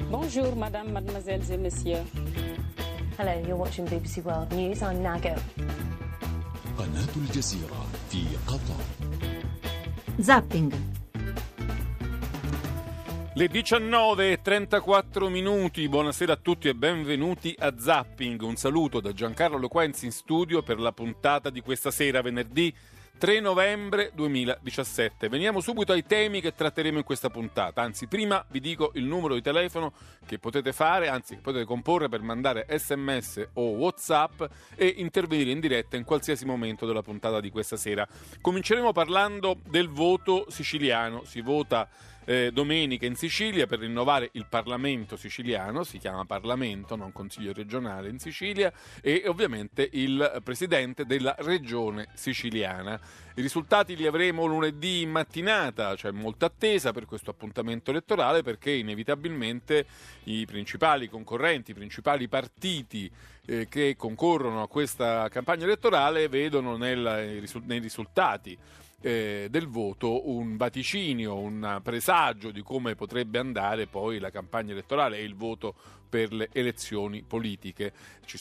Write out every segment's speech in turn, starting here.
Bonjour, madame, mademoiselles et messieurs. Hello, you're watching BBC World News. I'm Nago. قناة الجزيرة في قطر. Zapping. Le 19:34 minuti, buonasera a tutti e benvenuti a Zapping. Un saluto da Giancarlo Loquenzi in studio per la puntata di questa sera, venerdì 3 novembre 2017. Veniamo subito ai temi che tratteremo in questa puntata. Anzi, prima vi dico il numero di telefono che potete fare, anzi che potete comporre per mandare SMS o WhatsApp e intervenire in diretta in qualsiasi momento della puntata di questa sera. Cominceremo parlando del voto siciliano. Si vota domenica in Sicilia per rinnovare il Parlamento siciliano, si chiama Parlamento, non Consiglio regionale in Sicilia, e ovviamente il presidente della regione siciliana. I risultati li avremo lunedì in mattinata, c'è molta attesa per questo appuntamento elettorale perché inevitabilmente i principali concorrenti, i principali partiti che concorrono a questa campagna elettorale vedono nei risultati del voto un vaticinio, un presagio di come potrebbe andare poi la campagna elettorale e il voto per le elezioni politiche. Ci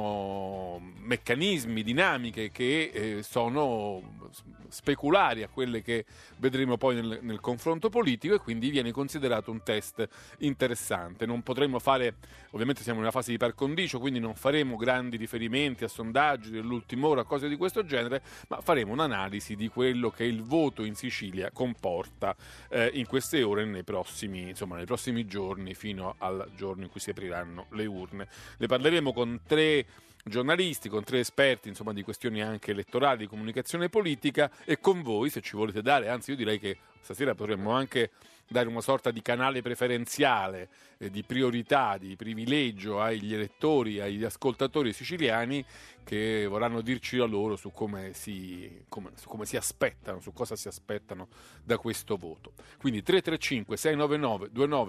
sono meccanismi, dinamiche che sono speculari a quelle che vedremo poi nel confronto politico, e quindi viene considerato un test interessante. Non potremo fare, ovviamente siamo in una fase di par condicio, quindi non faremo grandi riferimenti a sondaggi dell'ultima ora, cose di questo genere, ma faremo un'analisi di quello che il voto in Sicilia comporta in queste ore, nei prossimi giorni, fino al giorno in cui si apriranno le urne. Ne parleremo con tre giornalisti, con tre esperti di questioni anche elettorali, di comunicazione politica, e con voi, se ci volete dare, anzi io direi che stasera potremmo anche dare una sorta di canale preferenziale, di priorità, di privilegio agli elettori, agli ascoltatori siciliani che vorranno dirci la loro su come si aspettano, su cosa si aspettano da questo voto. Quindi 335 699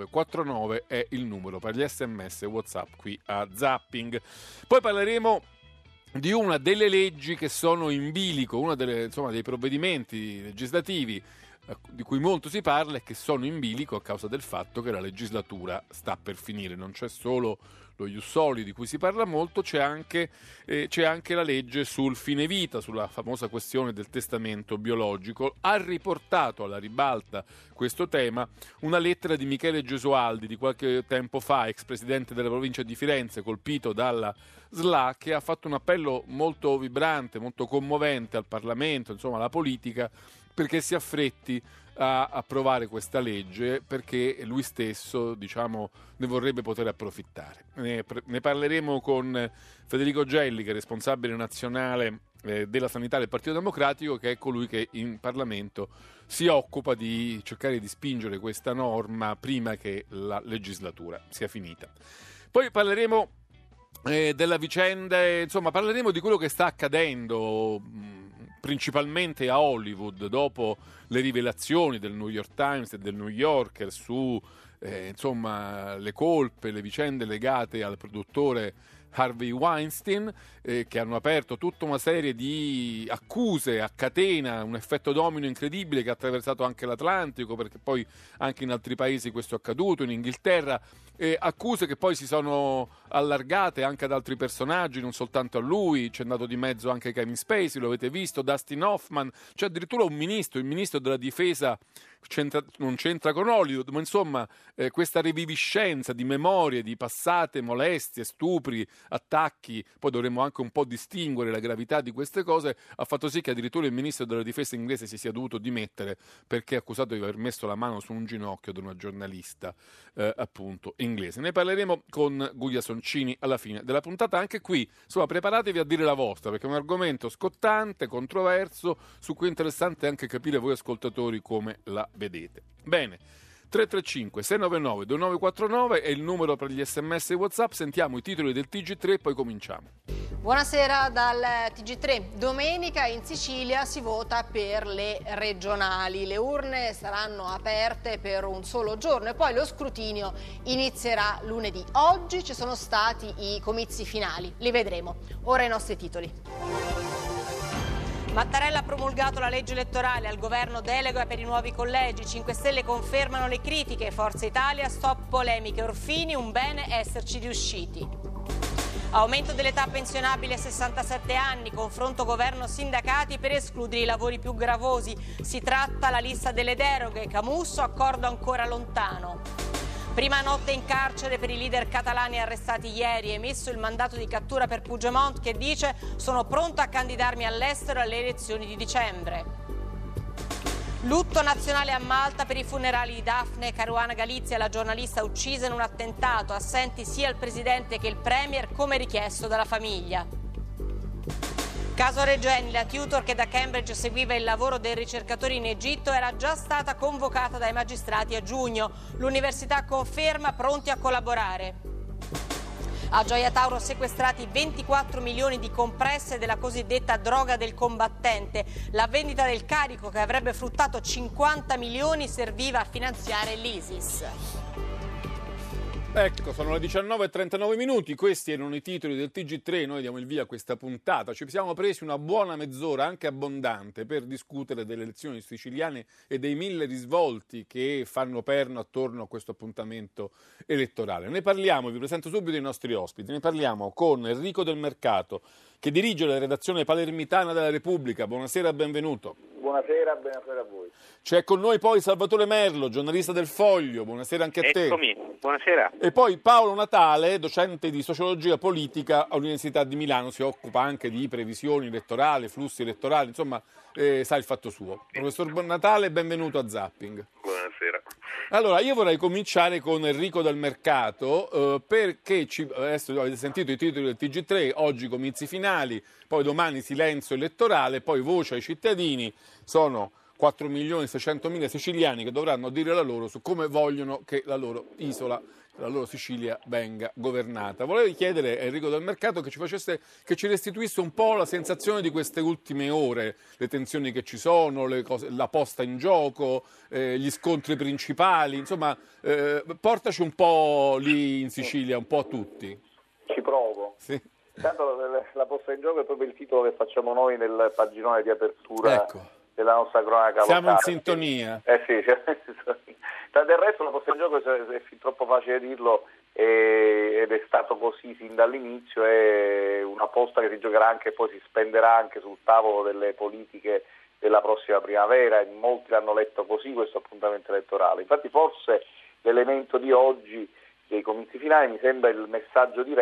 2949 è il numero per gli SMS e WhatsApp qui a Zapping. Poi parleremo di una delle leggi che sono in bilico, una dei provvedimenti legislativi di cui molto si parla e che sono in bilico a causa del fatto che la legislatura sta per finire. Non c'è solo lo ius soli di cui si parla molto, c'è anche la legge sul fine vita, sulla famosa questione del testamento biologico. Ha riportato alla ribalta questo tema una lettera di Michele Gesualdi di qualche tempo fa, ex presidente della provincia di Firenze, colpito dalla SLA, che ha fatto un appello molto vibrante, molto commovente al Parlamento, alla politica, perché si affretti a approvare questa legge, perché lui stesso ne vorrebbe poter approfittare. Ne parleremo con Federico Gelli, che è responsabile nazionale della sanità del Partito Democratico, che è colui che in Parlamento si occupa di cercare di spingere questa norma prima che la legislatura sia finita. Poi parleremo della vicenda, parleremo di quello che sta accadendo principalmente a Hollywood dopo le rivelazioni del New York Times e del New Yorker su le colpe, le vicende legate al produttore Harvey Weinstein, che hanno aperto tutta una serie di accuse a catena, un effetto domino incredibile che ha attraversato anche l'Atlantico, perché poi anche in altri paesi questo è accaduto, in Inghilterra, accuse che poi si sono allargate anche ad altri personaggi, non soltanto a lui. C'è andato di mezzo anche Kevin Spacey, lo avete visto, Dustin Hoffman, c'è addirittura il ministro della difesa non c'entra con Hollywood, ma questa reviviscenza di memorie, di passate molestie, stupri, attacchi, poi dovremmo anche un po' distinguere la gravità di queste cose, ha fatto sì che addirittura il ministro della difesa inglese si sia dovuto dimettere perché è accusato di aver messo la mano su un ginocchio di una giornalista appunto inglese. Ne parleremo con Guia Soncini alla fine della puntata. Anche qui, preparatevi a dire la vostra, perché è un argomento scottante, controverso, su cui è interessante anche capire voi ascoltatori come la vedete. Bene, 335 699 2949 è il numero per gli SMS e WhatsApp. Sentiamo i titoli del TG3 e poi cominciamo. Buonasera dal TG3. Domenica in Sicilia si vota per le regionali. Le urne saranno aperte per un solo giorno e poi lo scrutinio inizierà lunedì. Oggi ci sono stati i comizi finali, li vedremo. Ora i nostri titoli. Mattarella ha promulgato la legge elettorale, al governo delega per i nuovi collegi, 5 Stelle confermano le critiche, Forza Italia stop polemiche, Orfini un bene esserci riusciti. Aumento dell'età pensionabile a 67 anni, confronto governo-sindacati per escludere i lavori più gravosi, si tratta la lista delle deroghe, Camusso accordo ancora lontano. Prima notte in carcere per i leader catalani arrestati ieri, emesso il mandato di cattura per Puigdemont che dice sono pronto a candidarmi all'estero alle elezioni di dicembre. Lutto nazionale a Malta per i funerali di Daphne Caruana Galizia, la giornalista uccisa in un attentato, assenti sia il presidente che il premier come richiesto dalla famiglia. Caso Regeni, la tutor che da Cambridge seguiva il lavoro del ricercatore in Egitto era già stata convocata dai magistrati a giugno. L'università conferma pronti a collaborare. A Gioia Tauro sequestrati 24 milioni di compresse della cosiddetta droga del combattente. La vendita del carico che avrebbe fruttato 50 milioni serviva a finanziare l'ISIS. Ecco, sono le 19:39, questi erano i titoli del TG3, noi diamo il via a questa puntata. Ci siamo presi una buona mezz'ora, anche abbondante, per discutere delle elezioni siciliane e dei 1000 risvolti che fanno perno attorno a questo appuntamento elettorale. Ne parliamo, vi presento subito i nostri ospiti, ne parliamo con Enrico Del Mercato, che dirige la redazione palermitana della Repubblica. Buonasera, benvenuto. Buonasera a voi. C'è con noi poi Salvatore Merlo, giornalista del Foglio, buonasera anche a te. Eccomi, buonasera. E poi Paolo Natale, docente di sociologia politica all'Università di Milano, si occupa anche di previsioni elettorali, flussi elettorali, insomma sa il fatto suo. Professor Natale, benvenuto a Zapping. Buonasera. Allora, io vorrei cominciare con Enrico Del Mercato, perché adesso avete sentito i titoli del TG3, oggi comizi finali, poi domani silenzio elettorale, poi voce ai cittadini, sono 4.600.000 siciliani che dovranno dire la loro su come vogliono che la loro isola, la loro Sicilia venga governata. Volevo chiedere a Enrico Del Mercato che ci restituisse un po' la sensazione di queste ultime ore, le tensioni che ci sono, la posta in gioco, gli scontri principali, insomma, portaci un po' lì in Sicilia, un po' a tutti. Ci provo. Sì. Intanto la posta in gioco è proprio il titolo che facciamo noi nel paginone di apertura. Ecco. Della nostra cronaca locale. Siamo in sintonia. Sì, siamo in sintonia. Del resto la posta in gioco è fin troppo facile dirlo ed è stato così sin dall'inizio, è una posta che si giocherà anche e poi si spenderà anche sul tavolo delle politiche della prossima primavera e molti l'hanno letto così questo appuntamento elettorale. Infatti forse l'elemento di oggi dei comizi finali mi sembra il messaggio di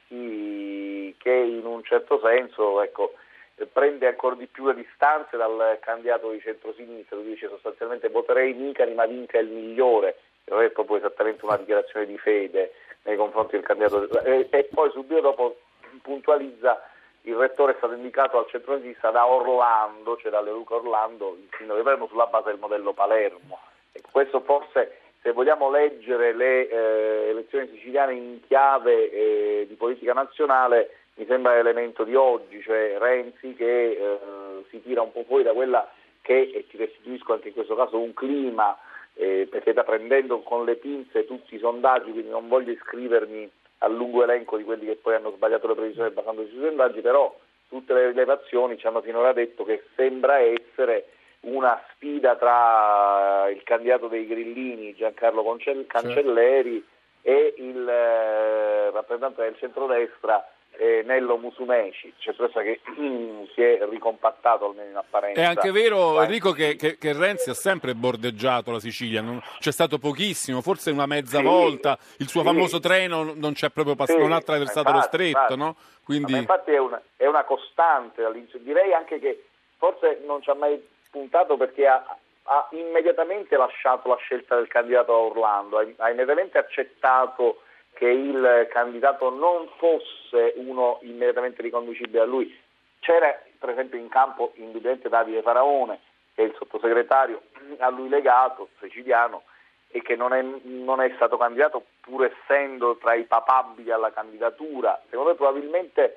Renzi che in un certo senso, ecco, prende ancora di più le distanze dal candidato di centrosinistra, lui dice sostanzialmente voterei Micari ma vinca il migliore, non è proprio esattamente una dichiarazione di fede nei confronti del candidato, e poi subito dopo puntualizza il rettore è stato indicato al centrosinistra da Orlando, cioè dalle Luca Orlando, il sindaco di Palermo, sulla base del modello Palermo. E questo forse, se vogliamo leggere le elezioni siciliane in chiave di politica nazionale, mi sembra l'elemento di oggi, cioè Renzi che si tira un po' fuori da quella che, e ti restituisco anche in questo caso un clima, perché sta prendendo con le pinze tutti i sondaggi, quindi non voglio iscrivermi al lungo elenco di quelli che poi hanno sbagliato le previsioni basandosi sui sondaggi, però tutte le rilevazioni ci hanno finora detto che sembra essere una sfida tra il candidato dei Grillini, Giancarlo Cancelleri, e il rappresentante del centrodestra, Nello Musumeci, cioè che si è ricompattato almeno in apparenza. È anche vero, Enrico, che Renzi ha sempre bordeggiato la Sicilia, c'è stato pochissimo, forse una mezza volta, il suo famoso treno non c'è proprio non ha attraversato lo stretto, no? Quindi... infatti è una costante, direi anche che forse non ci ha mai puntato perché ha immediatamente lasciato la scelta del candidato a Orlando, ha immediatamente accettato che il candidato non fosse uno immediatamente riconducibile a lui. C'era per esempio in campo indubbiamente Davide Faraone, che è il sottosegretario a lui legato, siciliano, e che non è stato candidato pur essendo tra i papabili alla candidatura. Secondo me probabilmente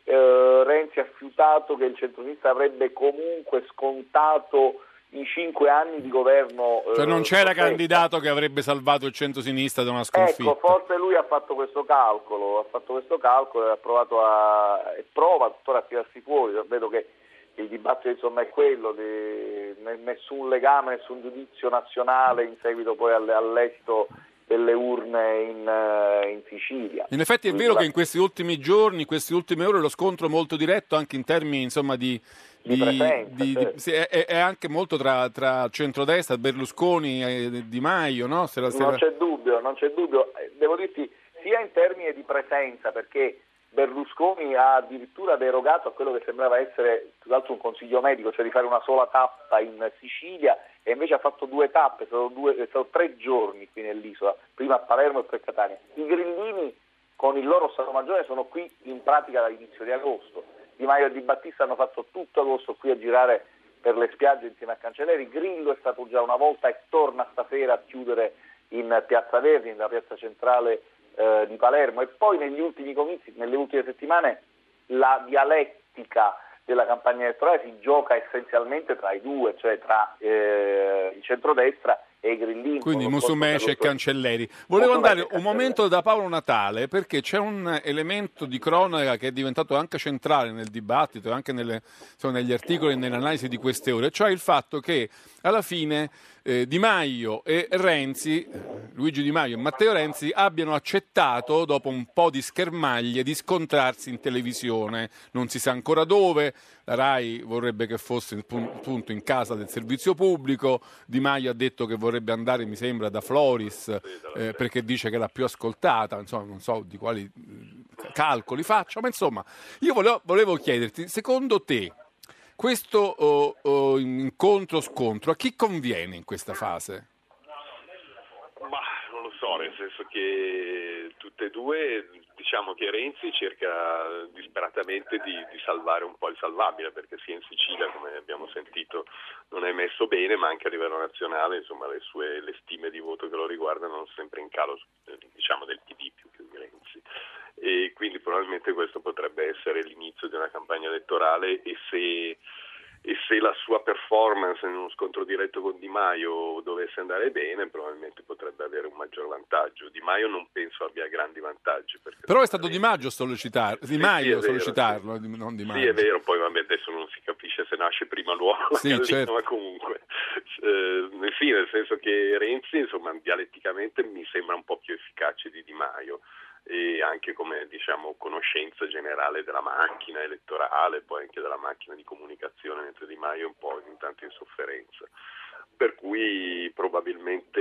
Renzi ha fiutato che il centro-sinistra avrebbe comunque scontato i 5 anni di governo. Cioè non c'era candidato che avrebbe salvato il centro-sinistra da una sconfitta. Ecco, forse lui ha fatto questo calcolo e ha provato e prova tuttora a tirarsi fuori. Vedo che il dibattito insomma è quello, nessun legame, nessun giudizio nazionale in seguito poi all'esito delle urne in Sicilia. In effetti è vero che in questi ultimi giorni, in queste ultime ore, lo scontro è molto diretto anche in termini insomma di presenza, sì, è anche molto tra centrodestra, Berlusconi e Di Maio, no? Non c'è dubbio. Devo dirti sia in termini di presenza, perché Berlusconi ha addirittura derogato a quello che sembrava essere tra l'altro un consiglio medico, cioè di fare una sola tappa in Sicilia, e invece ha fatto 2 tappe, è stato 3 giorni qui nell'isola, prima a Palermo e poi a Catania. I grillini con il loro Stato Maggiore sono qui in pratica dall'inizio di agosto. Di Maio e Di Battista hanno fatto tutto agosto qui a girare per le spiagge insieme a Cancelleri. Grillo è stato già una volta e torna stasera a chiudere in Piazza Verdi, nella piazza centrale di Palermo. E poi negli ultimi comizi, nelle ultime settimane, la dialettica della campagna elettorale si gioca essenzialmente tra i due, cioè tra il centrodestra e i grillini. Quindi Musumeci e Cancelleri. Volevo andare un momento da Paolo Natale, perché c'è un elemento di cronaca che è diventato anche centrale nel dibattito e anche negli articoli e nell'analisi di queste ore, cioè il fatto che alla fine Di Maio e Renzi, Luigi Di Maio e Matteo Renzi, abbiano accettato, dopo un po' di schermaglie, di scontrarsi in televisione. Non si sa ancora dove. La RAI vorrebbe che fosse appunto in casa del servizio pubblico. Di Maio ha detto che vorrebbe andare, mi sembra, da Floris, perché dice che è la più ascoltata. Insomma, non so di quali calcoli faccia, ma insomma, io volevo chiederti, secondo te, questo incontro-scontro a chi conviene in questa fase? Ma non lo so, nel senso che tutte e due, diciamo che Renzi cerca disperatamente di salvare un po' il salvabile, perché sia in Sicilia, come abbiamo sentito, non è messo bene, ma anche a livello nazionale, insomma, le stime di voto che lo riguardano sono sempre in calo, diciamo, del PD più che di Renzi. E quindi probabilmente questo potrebbe essere l'inizio di una campagna elettorale, e se la sua performance in uno scontro diretto con Di Maio dovesse andare bene, probabilmente potrebbe avere un maggior vantaggio. Di Maio non penso abbia grandi vantaggi. Però è stato Di Maio a sollecitarlo, non Di Maio. Sì, è vero, poi adesso non si capisce se nasce prima l'uovo o la gallina, certo. Ma comunque, sì, nel senso che Renzi, insomma, dialetticamente mi sembra un po' più efficace di Di Maio, e anche come, diciamo, conoscenza generale della macchina elettorale, poi anche della macchina di comunicazione, mentre Di Maio è un po' intanto in sofferenza, per cui probabilmente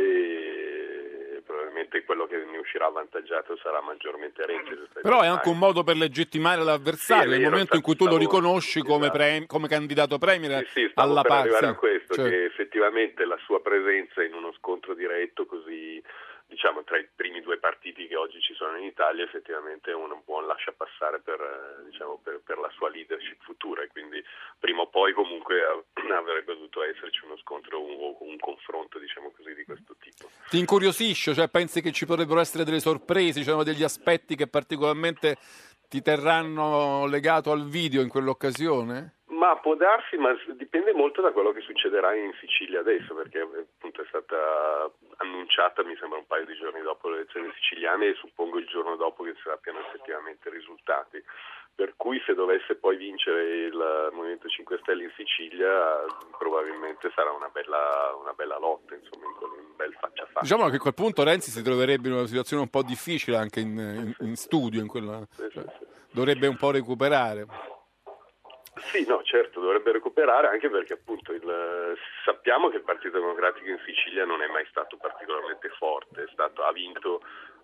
quello che ne uscirà avvantaggiato sarà maggiormente Renzi. Però è anche un modo per legittimare l'avversario, nel momento in cui tu lo riconosci come candidato premier alla parte. Arrivare a questo, cioè, che effettivamente la sua presenza in uno scontro diretto così, diciamo, tra i primi 2 partiti che oggi ci sono in Italia, effettivamente è un buon lasciapassare per la sua leadership futura, e quindi prima o poi comunque avrebbe dovuto esserci uno scontro o un confronto, diciamo così, di questo tipo. Ti incuriosisce? Cioè, pensi che ci potrebbero essere delle sorprese, ci sono degli aspetti che particolarmente ti terranno legato al video in quell'occasione? Ma può darsi, ma dipende molto da quello che succederà in Sicilia adesso, perché appunto è stata annunciata, mi sembra, un paio di giorni dopo le elezioni siciliane, e suppongo il giorno dopo che si sappiano effettivamente i risultati. Per cui se dovesse poi vincere il Movimento 5 Stelle in Sicilia, probabilmente sarà una bella lotta, insomma, un bel faccia a faccia. Diciamo che a quel punto Renzi si troverebbe in una situazione un po' difficile anche in studio, sì. Dovrebbe un po' recuperare. Sì, no, certo, dovrebbe recuperare, anche perché appunto sappiamo che il Partito Democratico in Sicilia non è mai stato particolarmente forte, ha vinto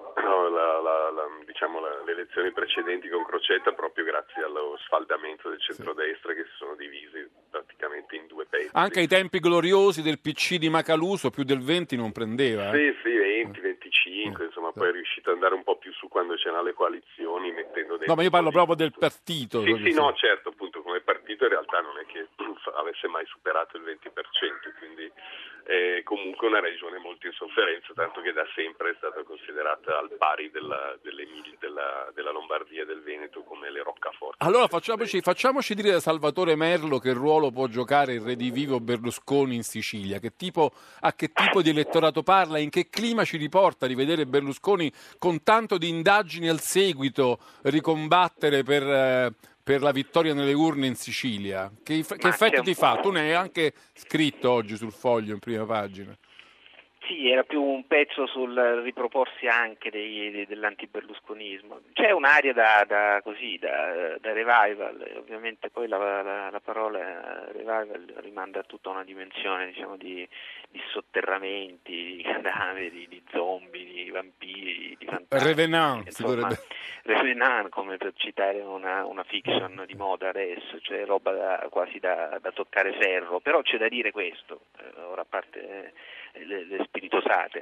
le elezioni precedenti con Crocetta proprio grazie allo sfaldamento del centrodestra, che si sono divisi praticamente in 2 pezzi. Anche ai tempi gloriosi del PC di Macaluso più del 20 non prendeva. Sì, 20, 25, insomma, poi è riuscito ad andare un po' più su quando c'erano le coalizioni, mettendo dentro. No, ma io parlo proprio del partito. Sì, no, certo, appunto, come partito in realtà non è che avesse mai superato il 20%, quindi è comunque una regione molto in sofferenza, tanto che da sempre è stata considerata al pari della Lombardia e del Veneto come le roccaforti. Allora facciamoci dire da Salvatore Merlo che ruolo può giocare il redivivo Berlusconi in Sicilia, a che tipo di elettorato parla, in che clima ci riporta rivedere Berlusconi con tanto di indagini al seguito ricombattere per per la vittoria nelle urne in Sicilia. Che effetto ti fa? Tu ne hai anche scritto oggi sul Foglio in prima pagina. Sì, era più un pezzo sul riproporsi anche dell'antiberlusconismo. C'è un'aria da revival, ovviamente poi la parola revival rimanda a tutta una dimensione, diciamo, di sotterramenti, di cadaveri, di zombie, di vampiri, di fantasmi. Revenant, Revenant, come per citare una fiction di moda adesso, cioè roba quasi da toccare ferro. Però c'è da dire questo, ora a parte le spiritosate.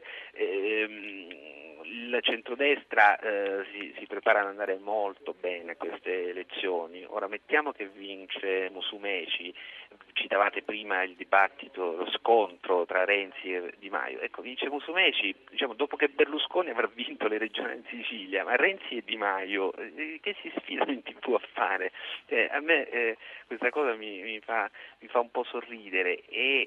Il centrodestra si prepara ad andare molto bene a queste elezioni. Ora mettiamo che vince Musumeci, citavate prima il dibattito, lo scontro tra Renzi e Di Maio. Ecco, vince Musumeci, diciamo, dopo che Berlusconi avrà vinto le regioni in Sicilia, ma Renzi e Di Maio che si sfidano in TV a fare? A me questa cosa mi fa un po' sorridere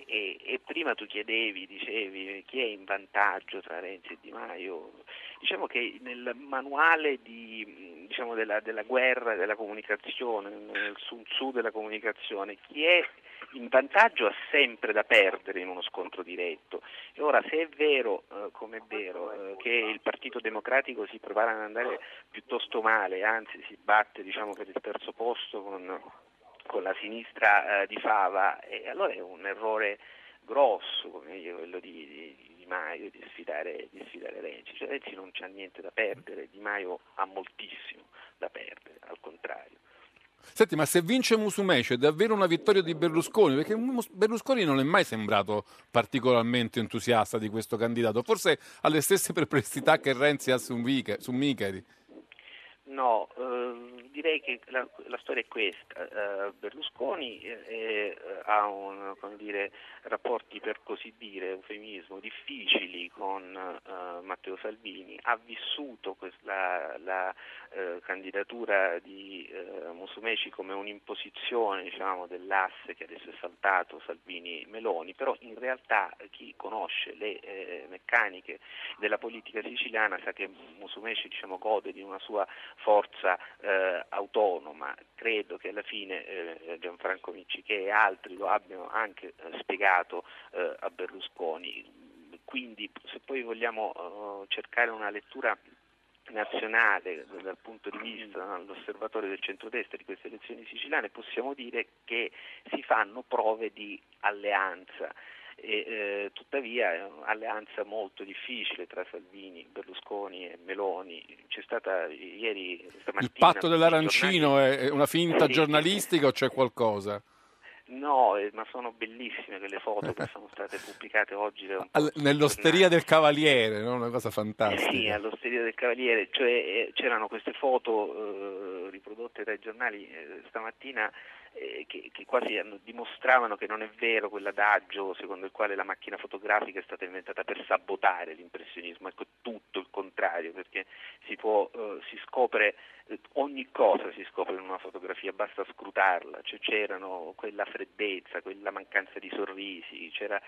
e prima tu dicevi chi è in vantaggio tra Renzi e Di Maio. Diciamo che nel manuale della guerra della comunicazione, nel Sun Tzu della comunicazione, chi è in vantaggio ha sempre da perdere in uno scontro diretto. E ora, se è vero, come è vero, che il Partito Democratico si prepara ad andare piuttosto male, anzi si batte, diciamo, per il terzo posto con la sinistra di Fava, e allora è un errore grosso, come quello di Maio, di sfidare Renzi. Cioè, Renzi non c'ha niente da perdere, Di Maio ha moltissimo da perdere, al contrario. Senti, ma se vince Musumeci è davvero una vittoria di Berlusconi? Perché Berlusconi non è mai sembrato particolarmente entusiasta di questo candidato, forse ha le stesse perplessità che Renzi ha su Micari. No, direi che la storia è questa. Berlusconi ha rapporti, per così dire, eufemismo, difficili con Matteo Salvini, ha vissuto la candidatura di Musumeci come un'imposizione, diciamo, dell'asse che adesso è saltato Salvini-Meloni, però in realtà chi conosce le meccaniche della politica siciliana sa che Musumeci, diciamo, gode di una sua forza autonoma. Credo che alla fine Gianfranco Miccichè e altri lo abbiano anche spiegato a Berlusconi. Quindi, se poi vogliamo cercare una lettura nazionale dal punto di vista dell'osservatorio del centrodestra di queste elezioni siciliane, possiamo dire che si fanno prove di alleanza. Tuttavia è un'alleanza molto difficile tra Salvini, Berlusconi e Meloni. C'è stata ieri, stamattina, il patto dell'arancino è una finta giornalistica o c'è qualcosa? No, ma sono bellissime quelle foto che sono state pubblicate oggi nell'Osteria del Cavaliere, no? Una cosa fantastica. Sì, all'Osteria del Cavaliere, cioè c'erano queste foto riprodotte dai giornali stamattina che quasi dimostravano che non è vero quell'adagio secondo il quale la macchina fotografica è stata inventata per sabotare l'impressionismo. Ecco, tutto il contrario, perché si scopre ogni cosa, si scopre in una fotografia, basta scrutarla. Cioè, c'erano quella freddezza, quella mancanza di sorrisi, c'era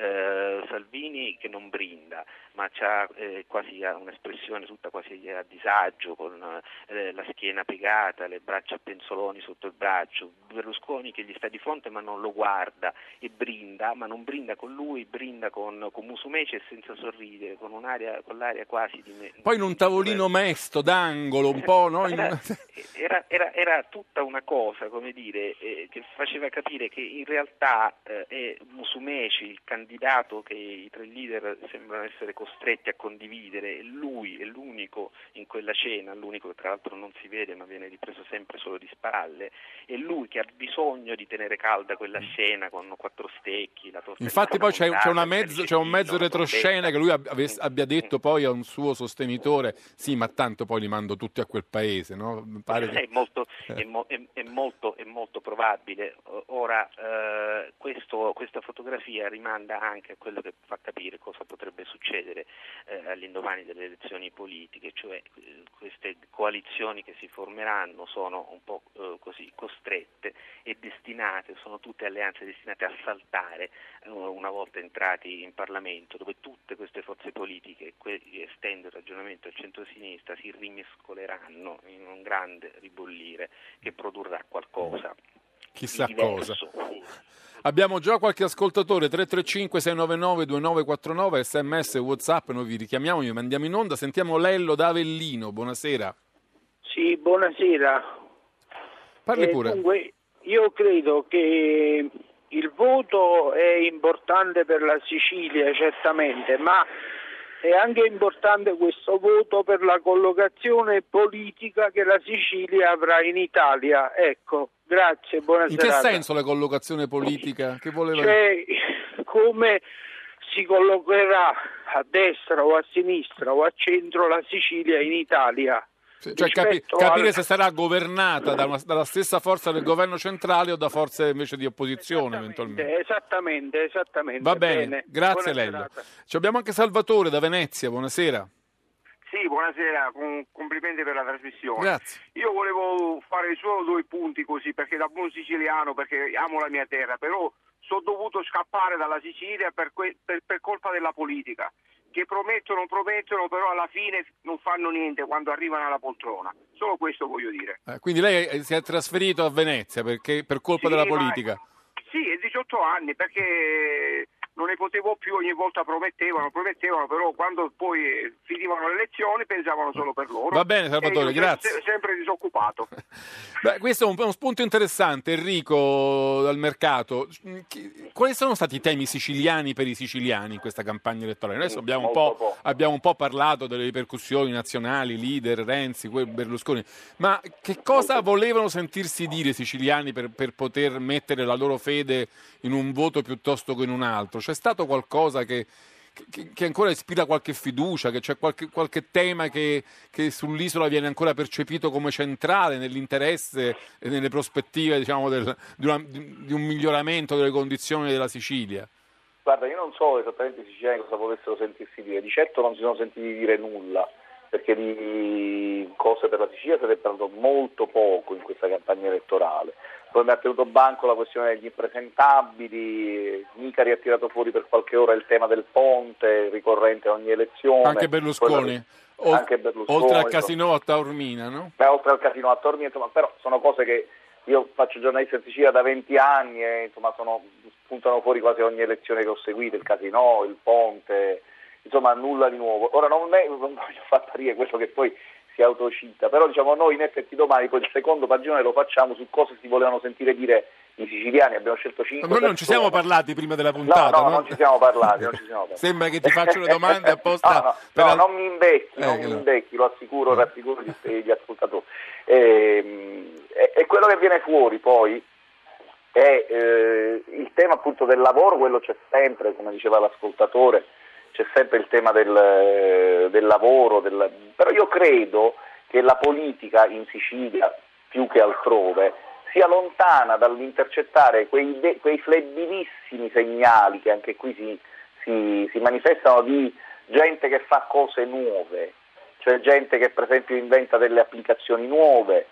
Salvini che non brinda, ma c'ha quasi un'espressione tutta quasi a disagio, con la schiena piegata, le braccia a penzoloni sotto il braccio. Berlusconi che gli sta di fronte ma non lo guarda e brinda, ma non brinda con lui, brinda con Musumeci e senza sorridere, con l'aria quasi di poi in un tavolino mesto d'angolo un po', no? Era tutta una cosa, come dire, che faceva capire che in realtà è Musumeci il candidato che i tre leader sembrano essere costretti a condividere, e lui è l'unico in quella cena, l'unico che tra l'altro non si vede ma viene ripreso sempre solo di spalle, è lui che ha bisogno di tenere calda quella scena con 4 stecchi, la torta. Infatti poi c'è un mezzo retroscena che lui abbia detto poi a un suo sostenitore: sì, ma tanto poi li mando tutti a quel paese, no? Pare che... è molto probabile. Ora questa fotografia rimanda anche a quello che fa capire cosa potrebbe succedere all'indomani delle elezioni politiche, cioè queste coalizioni che si formeranno sono un po' così costrette e destinate, sono tutte alleanze destinate a saltare una volta entrati in Parlamento, dove tutte queste forze politiche, estendo il ragionamento ragionamento del centro-sinistra si rimescoleranno in un grande ribollire che produrrà qualcosa chissà di diverso. cosa. Abbiamo già qualche ascoltatore, 335-699-2949, sms, whatsapp, noi vi richiamiamo, vi mandiamo in onda. Sentiamo Lello da Avellino, buonasera. Sì, buonasera. Parli pure. Dunque, io credo che il voto è importante per la Sicilia, certamente, ma è anche importante questo voto per la collocazione politica che la Sicilia avrà in Italia. Ecco, grazie, buona In serata. che senso la collocazione politica? Che voleva... Cioè, come si collocherà a destra o a sinistra o a centro la Sicilia in Italia? Cioè capire se sarà governata dalla stessa forza del governo centrale o da forze invece di opposizione eventualmente. Esattamente. Va bene, grazie Lello. Abbiamo anche Salvatore da Venezia, buonasera. Sì, buonasera, complimenti per la trasmissione. Grazie. Io volevo fare solo 2 punti così, perché da buon siciliano, perché amo la mia terra, però sono dovuto scappare dalla Sicilia per colpa della politica, che promettono, però alla fine non fanno niente quando arrivano alla poltrona. Solo questo voglio dire. Quindi lei si è trasferito a Venezia perché per colpa della politica? Sì, è 18 anni, perché non ne potevo più, ogni volta promettevano, però quando poi finivano le elezioni pensavano solo per loro. Va bene Salvatore, grazie. Sempre disoccupato. Beh, questo è uno spunto interessante, Enrico dal mercato. Quali sono stati i temi siciliani per i siciliani in questa campagna elettorale? Adesso abbiamo un po' parlato delle ripercussioni nazionali, leader, Renzi, Berlusconi, ma che cosa volevano sentirsi dire i siciliani per poter mettere la loro fede in un voto piuttosto che in un altro? C'è stato qualcosa che ancora ispira qualche fiducia, che c'è qualche tema che sull'isola viene ancora percepito come centrale nell'interesse e nelle prospettive, diciamo, di un miglioramento delle condizioni della Sicilia? Guarda, io non so esattamente i siciliani cosa volessero sentirsi dire, di certo non si sono sentiti dire nulla, perché di cose per la Sicilia si è parlato molto poco in questa campagna elettorale. Poi mi ha tenuto banco la questione degli impresentabili, Micari ha tirato fuori per qualche ora il tema del ponte, ricorrente a ogni elezione. Anche Berlusconi, oltre al casino a Taormina, no? Beh, oltre al casino a Taormina, insomma, però sono cose che io faccio giornalista in Sicilia da 20 anni e insomma spuntano fuori quasi ogni elezione che ho seguito, il casino, il ponte, insomma nulla di nuovo. Ora non voglio far apparire quello che poi si autocita, però diciamo noi in effetti domani poi il secondo pagine lo facciamo su cosa si volevano sentire dire i siciliani, abbiamo scelto 5 Noi non ci siamo parlati prima della puntata, no? Non ci siamo parlati. Sembra che ti faccio le domande apposta non mi invecchi, lo assicuro, rassicuro gli ascoltatori. E quello che viene fuori poi è il tema appunto del lavoro, quello c'è sempre, come diceva l'ascoltatore, c'è sempre il tema del lavoro, però io credo che la politica in Sicilia, più che altrove, sia lontana dall'intercettare quei flebbilissimi segnali che anche qui si manifestano di gente che fa cose nuove, cioè gente che per esempio inventa delle applicazioni nuove,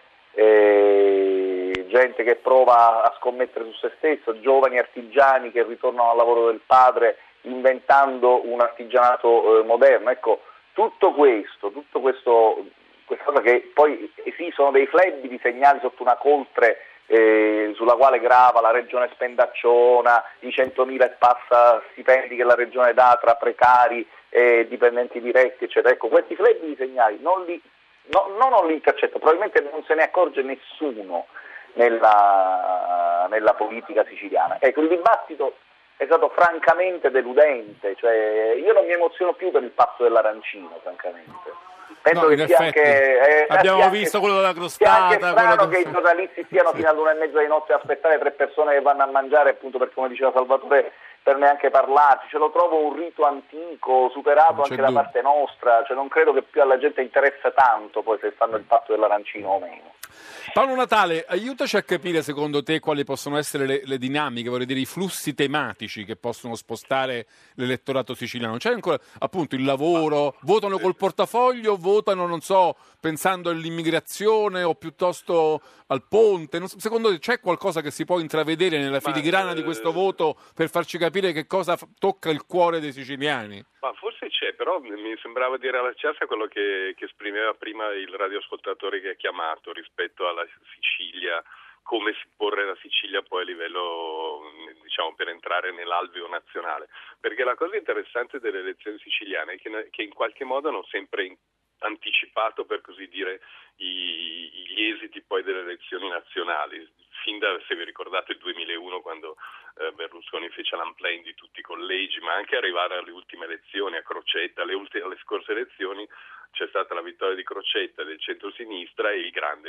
gente che prova a scommettere su se stesso, giovani artigiani che ritornano al lavoro del padre inventando un artigianato moderno. Ecco, tutto questo, questa cosa che poi sì, sono dei flebili segnali sotto una coltre sulla quale grava la regione spendacciona, i 100.000 e passa stipendi che la regione dà tra precari e dipendenti diretti, eccetera. Ecco, questi flebili segnali non li intercetta, probabilmente non se ne accorge nessuno nella politica siciliana. Ecco, il dibattito è stato francamente deludente, cioè io non mi emoziono più per il passo dell'arancino, francamente. Penso che sia anche abbiamo visto quello della crostata, sia anche strano che i giornalisti stiano fino all'1:30 di notte a aspettare 3 persone che vanno a mangiare, appunto perché come diceva Salvatore, per neanche parlarci. Ce lo trovo un rito antico, superato anche da parte nostra, cioè non credo che più alla gente interessa tanto poi se fanno il patto dell'arancino o meno. Paolo Natale, aiutaci a capire secondo te quali possono essere le dinamiche, vorrei dire i flussi tematici che possono spostare l'elettorato siciliano. C'è ancora appunto il lavoro, votano col portafoglio, votano non so, pensando all'immigrazione o piuttosto al ponte, secondo te c'è qualcosa che si può intravedere nella filigrana di questo voto per farci capire capire che cosa tocca il cuore dei siciliani. Ma forse c'è, però mi sembrava di rilacciarsi a quello che esprimeva prima il radioascoltatore che ha chiamato rispetto alla Sicilia, come si porre la Sicilia poi a livello, diciamo, per entrare nell'alveo nazionale. Perché la cosa interessante delle elezioni siciliane è che in qualche modo hanno sempre anticipato, per così dire, gli esiti poi delle elezioni nazionali. Fin da, se vi ricordate, il 2001, quando Berlusconi fece l'unplaying di tutti i collegi, ma anche arrivare alle ultime elezioni, a Crocetta, alle scorse elezioni c'è stata la vittoria di Crocetta del centro-sinistra e il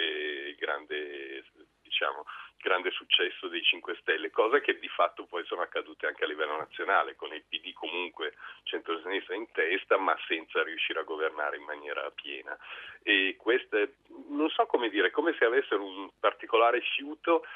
grande successo dei 5 Stelle, cose che di fatto poi sono accadute anche a livello nazionale, con il PD comunque centro-sinistra in testa, ma senza riuscire a governare in maniera piena. E queste, non so come dire, come se avessero un particolare fiuto,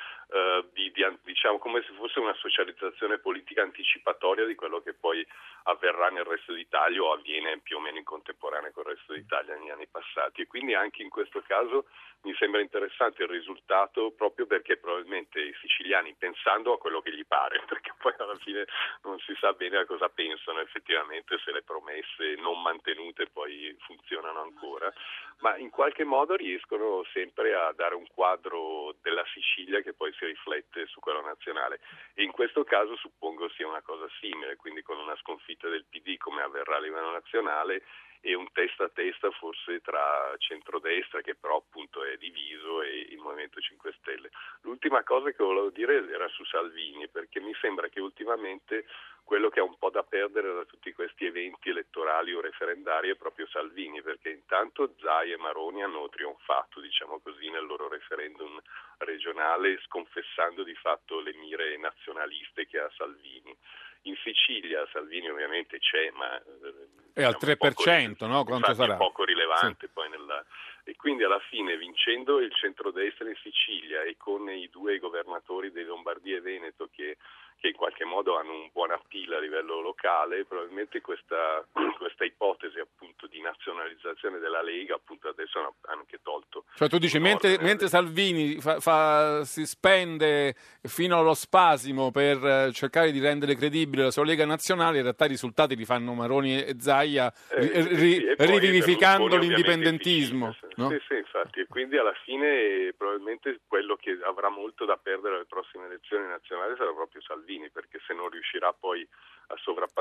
diciamo, come se fosse una socializzazione politica anticipatoria di quello che poi avverrà nel resto d'Italia o avviene più o meno in contemporanea con il resto d'Italia negli anni passati. E quindi anche in questo caso mi sembra interessante il risultato, proprio perché probabilmente i siciliani, pensando a quello che gli pare, perché poi alla fine non si sa bene a cosa pensano effettivamente, se le promesse non mantenute poi funzionano ancora, ma in qualche modo riescono sempre a dare un quadro della Sicilia che poi si riflette su quello nazionale, e in questo caso suppongo sia una cosa simile, quindi con una sconfitta del PD come avverrà a livello nazionale e un testa a testa forse tra centrodestra, che però appunto è diviso, e il Movimento 5 Stelle. L'ultima cosa che volevo dire era su Salvini, perché mi sembra che ultimamente quello che ha un po' da perdere da tutti questi eventi elettorali o referendari è proprio Salvini, perché intanto Zaia e Maroni hanno trionfato, diciamo così, nel loro referendum regionale, sconfessando di fatto le mire nazionaliste che ha Salvini. In Sicilia Salvini ovviamente c'è, ma è al 3%, no? Quanto sarà? È poco rilevante, sì. Poi e quindi alla fine, vincendo il centrodestra in Sicilia e con i 2 governatori di Lombardia e Veneto che in qualche modo hanno un buon appeal a livello locale, probabilmente questa ipotesi appunto di nazionalizzazione della Lega appunto adesso hanno anche tolto. Cioè tu dici, mentre Salvini si spende fino allo spasimo per cercare di rendere credibile la sua Lega nazionale, in realtà i risultati li fanno Maroni e Zaia, rivivificando l'indipendentismo. No? Sì, infatti, e quindi alla fine probabilmente quello che avrà molto da perdere alle prossime elezioni nazionali sarà proprio Salvini, perché se non riuscirà poi a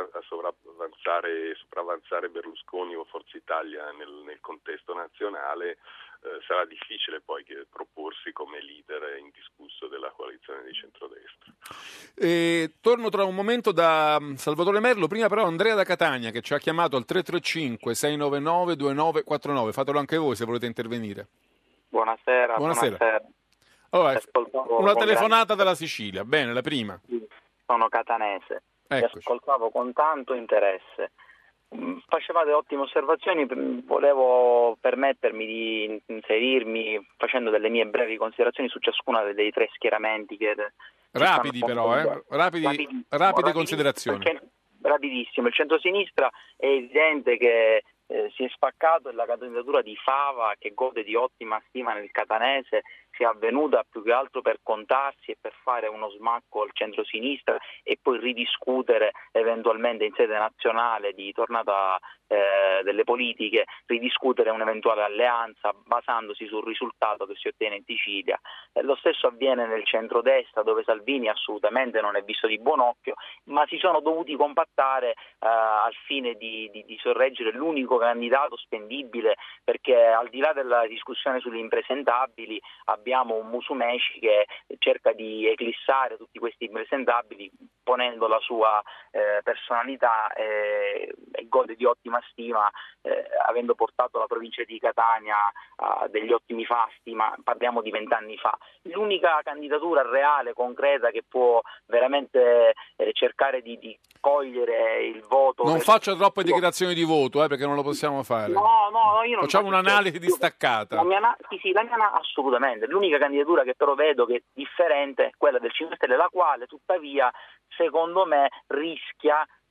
sopravanzare Berlusconi o Forza Italia nel contesto nazionale, sarà difficile poi proporsi come leader indiscusso della coalizione di centrodestra. Torno tra un momento da Salvatore Merlo, prima però Andrea da Catania che ci ha chiamato al 335-699-2949, fatelo anche voi se volete intervenire. Buonasera. Allora, una telefonata dalla Sicilia, bene, la prima. Sono catanese, vi ascoltavo con tanto interesse. Facevate ottime osservazioni, volevo permettermi di inserirmi facendo delle mie brevi considerazioni su ciascuna dei 3 schieramenti che rapidi però, rapide considerazioni. Rapidissimo, il centrosinistra è evidente che si è spaccato e la candidatura di Fava, che gode di ottima stima nel catanese, sia avvenuta più che altro per contarsi e per fare uno smacco al centro-sinistra e poi ridiscutere eventualmente in sede nazionale di tornata delle politiche, ridiscutere un'eventuale alleanza basandosi sul risultato che si ottiene in Sicilia. Lo stesso avviene nel centrodestra, dove Salvini assolutamente non è visto di buon occhio, ma si sono dovuti compattare al fine di sorreggere l'unico candidato spendibile, perché al di là della discussione sulle impresentabili abbiamo un Musumeci che cerca di eclissare tutti questi impresentabili ponendo la sua personalità e gode di ottima stima, avendo portato la provincia di Catania a degli ottimi fasti, ma parliamo di 20 anni fa. L'unica candidatura reale, concreta, che può veramente cercare di cogliere il voto. Non faccia troppe dichiarazioni di voto, perché non lo possiamo fare. No, io non facciamo un'analisi distaccata. La mia assolutamente. L'unica candidatura che però vedo che è differente è quella del 5 Stelle, la quale tuttavia secondo me rischia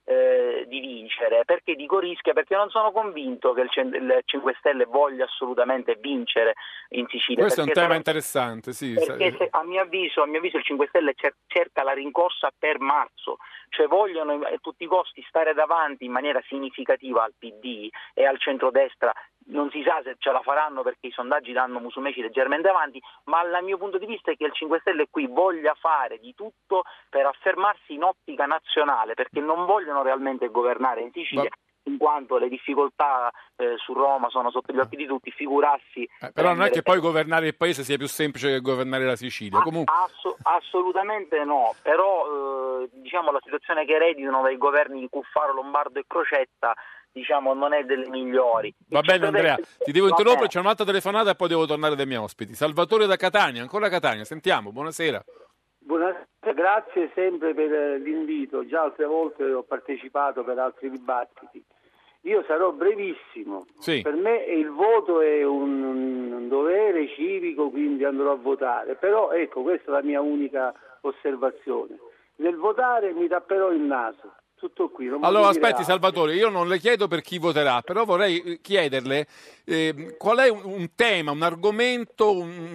di vincere. Perché dico rischia? Perché non sono convinto che il 5 Stelle voglia assolutamente vincere in Sicilia. Questo è un tema interessante, sì. Perché a mio avviso il 5 Stelle cerca la rincorsa per marzo, cioè vogliono a tutti i costi stare davanti in maniera significativa al PD e al centrodestra. Non si sa se ce la faranno perché i sondaggi danno Musumeci leggermente avanti, ma dal mio punto di vista è che il 5 Stelle qui voglia fare di tutto per affermarsi in ottica nazionale, perché non vogliono realmente governare in Sicilia, in quanto le difficoltà su Roma sono sotto gli occhi di tutti, figurarsi... Però non è che poi governare il paese sia più semplice che governare la Sicilia. Comunque... Assolutamente no, però la situazione che ereditano dai governi di Cuffaro, Lombardo e Crocetta non è delle migliori. Va bene Andrea, ti devo interrompere, c'è un'altra telefonata e poi devo tornare dai miei ospiti. Salvatore da Catania, ancora Catania, sentiamo, buonasera. Buonasera, grazie sempre per l'invito, già altre volte ho partecipato per altri dibattiti. Io sarò brevissimo, sì. Per me il voto è un dovere civico, quindi andrò a votare, però ecco, questa è la mia unica osservazione. Nel votare mi tapperò il naso. Tutto qui. Allora aspetti Salvatore, io non le chiedo per chi voterà, però vorrei chiederle qual è un tema, un argomento,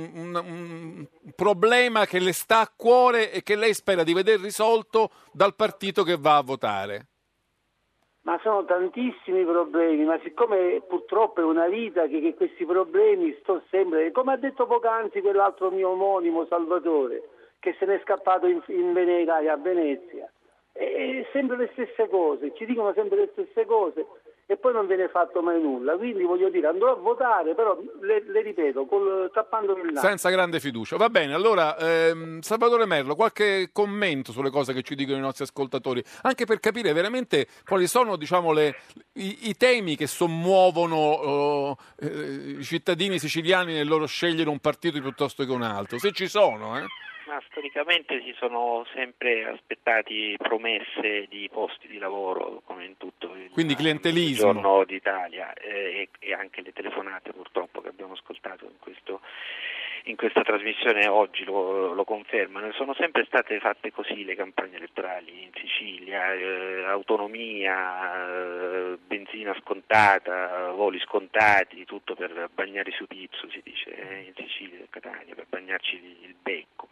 un problema che le sta a cuore e che lei spera di vedere risolto dal partito che va a votare. Ma sono tantissimi problemi, ma siccome purtroppo è una vita che questi problemi sto sempre, come ha detto poc'anzi quell'altro mio omonimo Salvatore, che se n'è scappato a Venezia. E sempre le stesse cose, ci dicono sempre le stesse cose e poi non viene fatto mai nulla, quindi voglio dire andrò a votare, però le ripeto, tappando il naso. Senza grande fiducia. Va bene, allora Salvatore Merlo, qualche commento sulle cose che ci dicono i nostri ascoltatori, anche per capire veramente quali sono i temi che sommuovono i cittadini siciliani nel loro scegliere un partito piuttosto che un altro, se ci sono, Ma storicamente si sono sempre aspettati promesse di posti di lavoro, come in tutto il giorno d'Italia, e anche le telefonate purtroppo che abbiamo ascoltato in questa trasmissione oggi lo confermano. Sono sempre state fatte così le campagne elettorali in Sicilia, autonomia, benzina scontata, voli scontati, tutto per bagnare su pizzo, si dice in Sicilia e Catania, per bagnarci il becco.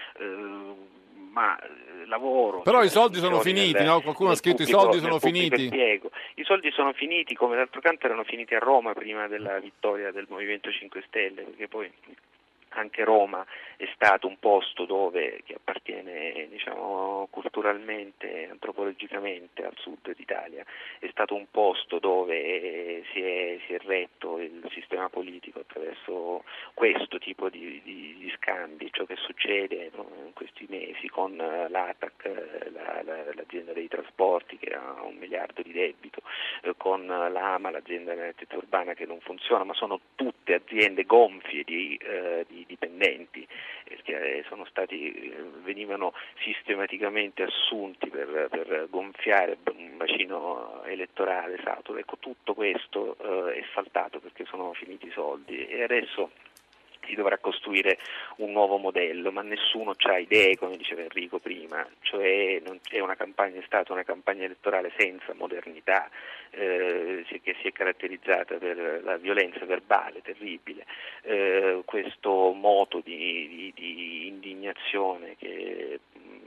Ma lavoro. Però i soldi sono finiti, no? Qualcuno ha scritto i soldi sono finiti. I soldi sono finiti, come d'altro canto erano finiti a Roma prima della vittoria del Movimento 5 Stelle, perché poi anche Roma è stato un posto che appartiene culturalmente, antropologicamente al sud d'Italia, è stato un posto dove si è retto il sistema politico attraverso questo tipo di scambi. Ciò che succede in questi mesi con l'ATAC, l'azienda dei trasporti che ha 1 miliardo di debito, con l'AMA, l'azienda dell'elettricità urbana che non funziona, ma sono tutte aziende gonfie di dipendenti, perché venivano sistematicamente assunti per gonfiare un bacino elettorale saturo. Ecco, tutto questo è saltato perché sono finiti i soldi e adesso si dovrà costruire un nuovo modello, ma nessuno ha idee, come diceva Enrico prima, cioè è stata una campagna elettorale senza modernità, che si è caratterizzata per la violenza verbale terribile, questo moto di indignazione che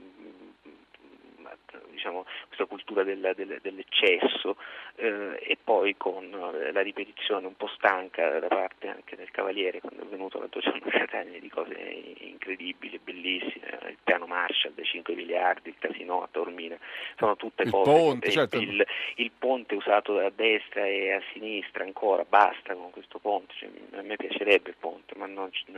questa cultura dell'eccesso e poi con la ripetizione un po' stanca da parte anche del Cavaliere, quando è venuto l'altro giorno a Catania, di cose incredibili, bellissime, il piano Marshall dei 5 miliardi, il casino a Taormina, sono tutte cose. Ponte, certo. Il ponte usato a destra e a sinistra ancora, basta con questo ponte, a me piacerebbe il ponte, ma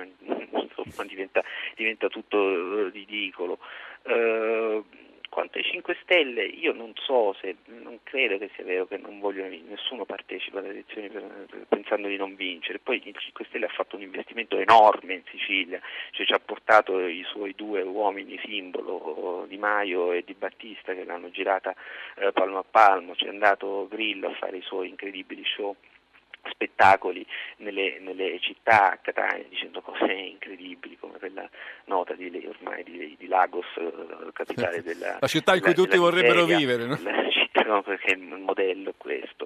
diventa tutto ridicolo. Quanto ai 5 Stelle, io non credo che sia vero che non vogliono, nessuno partecipa alle elezioni pensando di non vincere. Poi il 5 Stelle ha fatto un investimento enorme in Sicilia, cioè ci ha portato i suoi 2 uomini simbolo, Di Maio e Di Battista, che l'hanno girata palmo a palmo, c'è andato Grillo a fare i suoi incredibili show, spettacoli nelle città a Catania, dicendo cose incredibili come quella nota di Lagos, capitale della la città in cui tutti vorrebbero vivere, no? La città vincano, perché il modello è questo.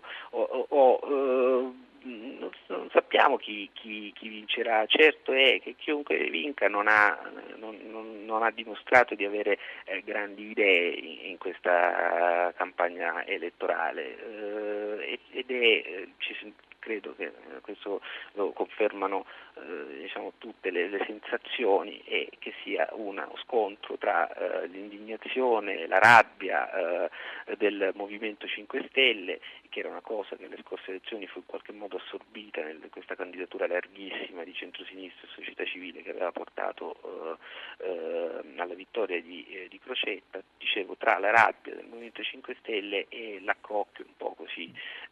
Non sappiamo chi vincerà. Certo è che chiunque vinca non ha dimostrato di avere grandi idee in questa campagna elettorale, credo che questo lo confermano tutte le sensazioni, e che sia uno scontro tra l'indignazione, la rabbia del Movimento 5 Stelle, che era una cosa che alle scorse elezioni fu in qualche modo assorbita in questa candidatura larghissima di centrosinistra e società civile che aveva portato alla vittoria di Crocetta, dicevo, tra la rabbia del Movimento 5 Stelle e l'accocchio un po' così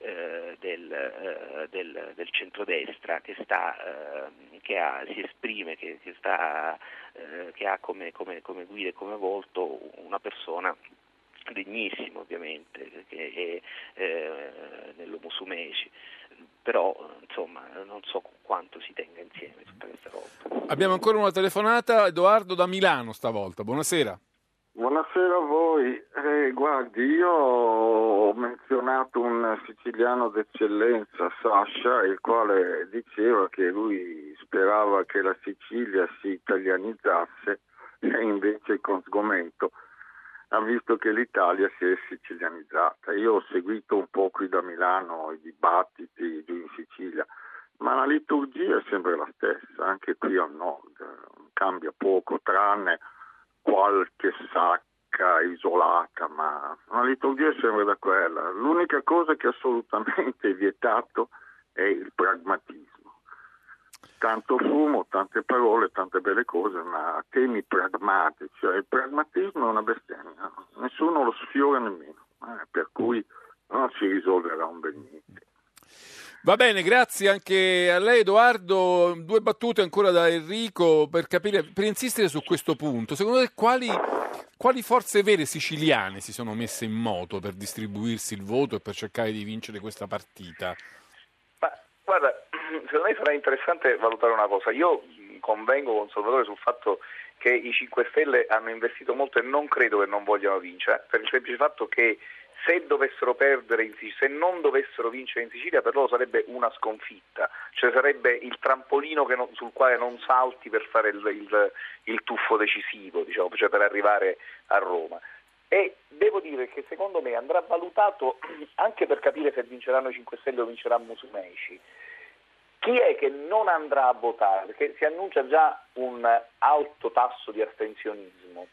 del centrodestra si esprime, che ha come guida e come volto una persona degnissimo, ovviamente, che è nello Musumeci, però insomma non so quanto si tenga insieme tutta questa roba. Abbiamo ancora una telefonata, Edoardo da Milano stavolta, buonasera. Buonasera a voi. Guardi, io ho menzionato un siciliano d'eccellenza, Sasha, il quale diceva che lui sperava che la Sicilia si italianizzasse, e invece con sgomento ha visto che l'Italia si è sicilianizzata. Io ho seguito un po' qui da Milano i dibattiti giù in Sicilia, ma la liturgia è sempre la stessa, anche qui al nord, cambia poco, tranne qualche sacca isolata, ma la liturgia è sempre da quella. L'unica cosa che è assolutamente vietato è il pragmatismo. Tanto fumo, tante parole, tante belle cose, ma temi pragmatici, cioè il pragmatismo è una bestemmia, nessuno lo sfiora nemmeno, per cui non si risolverà un bel niente. Va bene, grazie anche a lei Edoardo. Due battute ancora da Enrico per capire, per insistere su questo punto. Secondo te quali forze vere siciliane si sono messe in moto per distribuirsi il voto e per cercare di vincere questa partita? Ma guarda, secondo me sarà interessante valutare una cosa. Io convengo con Salvatore sul fatto che i 5 Stelle hanno investito molto e non credo che non vogliano vincere, per il semplice fatto che se dovessero perdere in Sicilia, se non dovessero vincere in Sicilia, per loro sarebbe una sconfitta, cioè sarebbe il trampolino sul quale non salti per fare il tuffo decisivo, diciamo, cioè per arrivare a Roma. E devo dire che secondo me andrà valutato anche per capire se vinceranno i 5 Stelle o vincerà Musumeci. Chi è che non andrà a votare? Perché si annuncia già un alto tasso di astensionismo,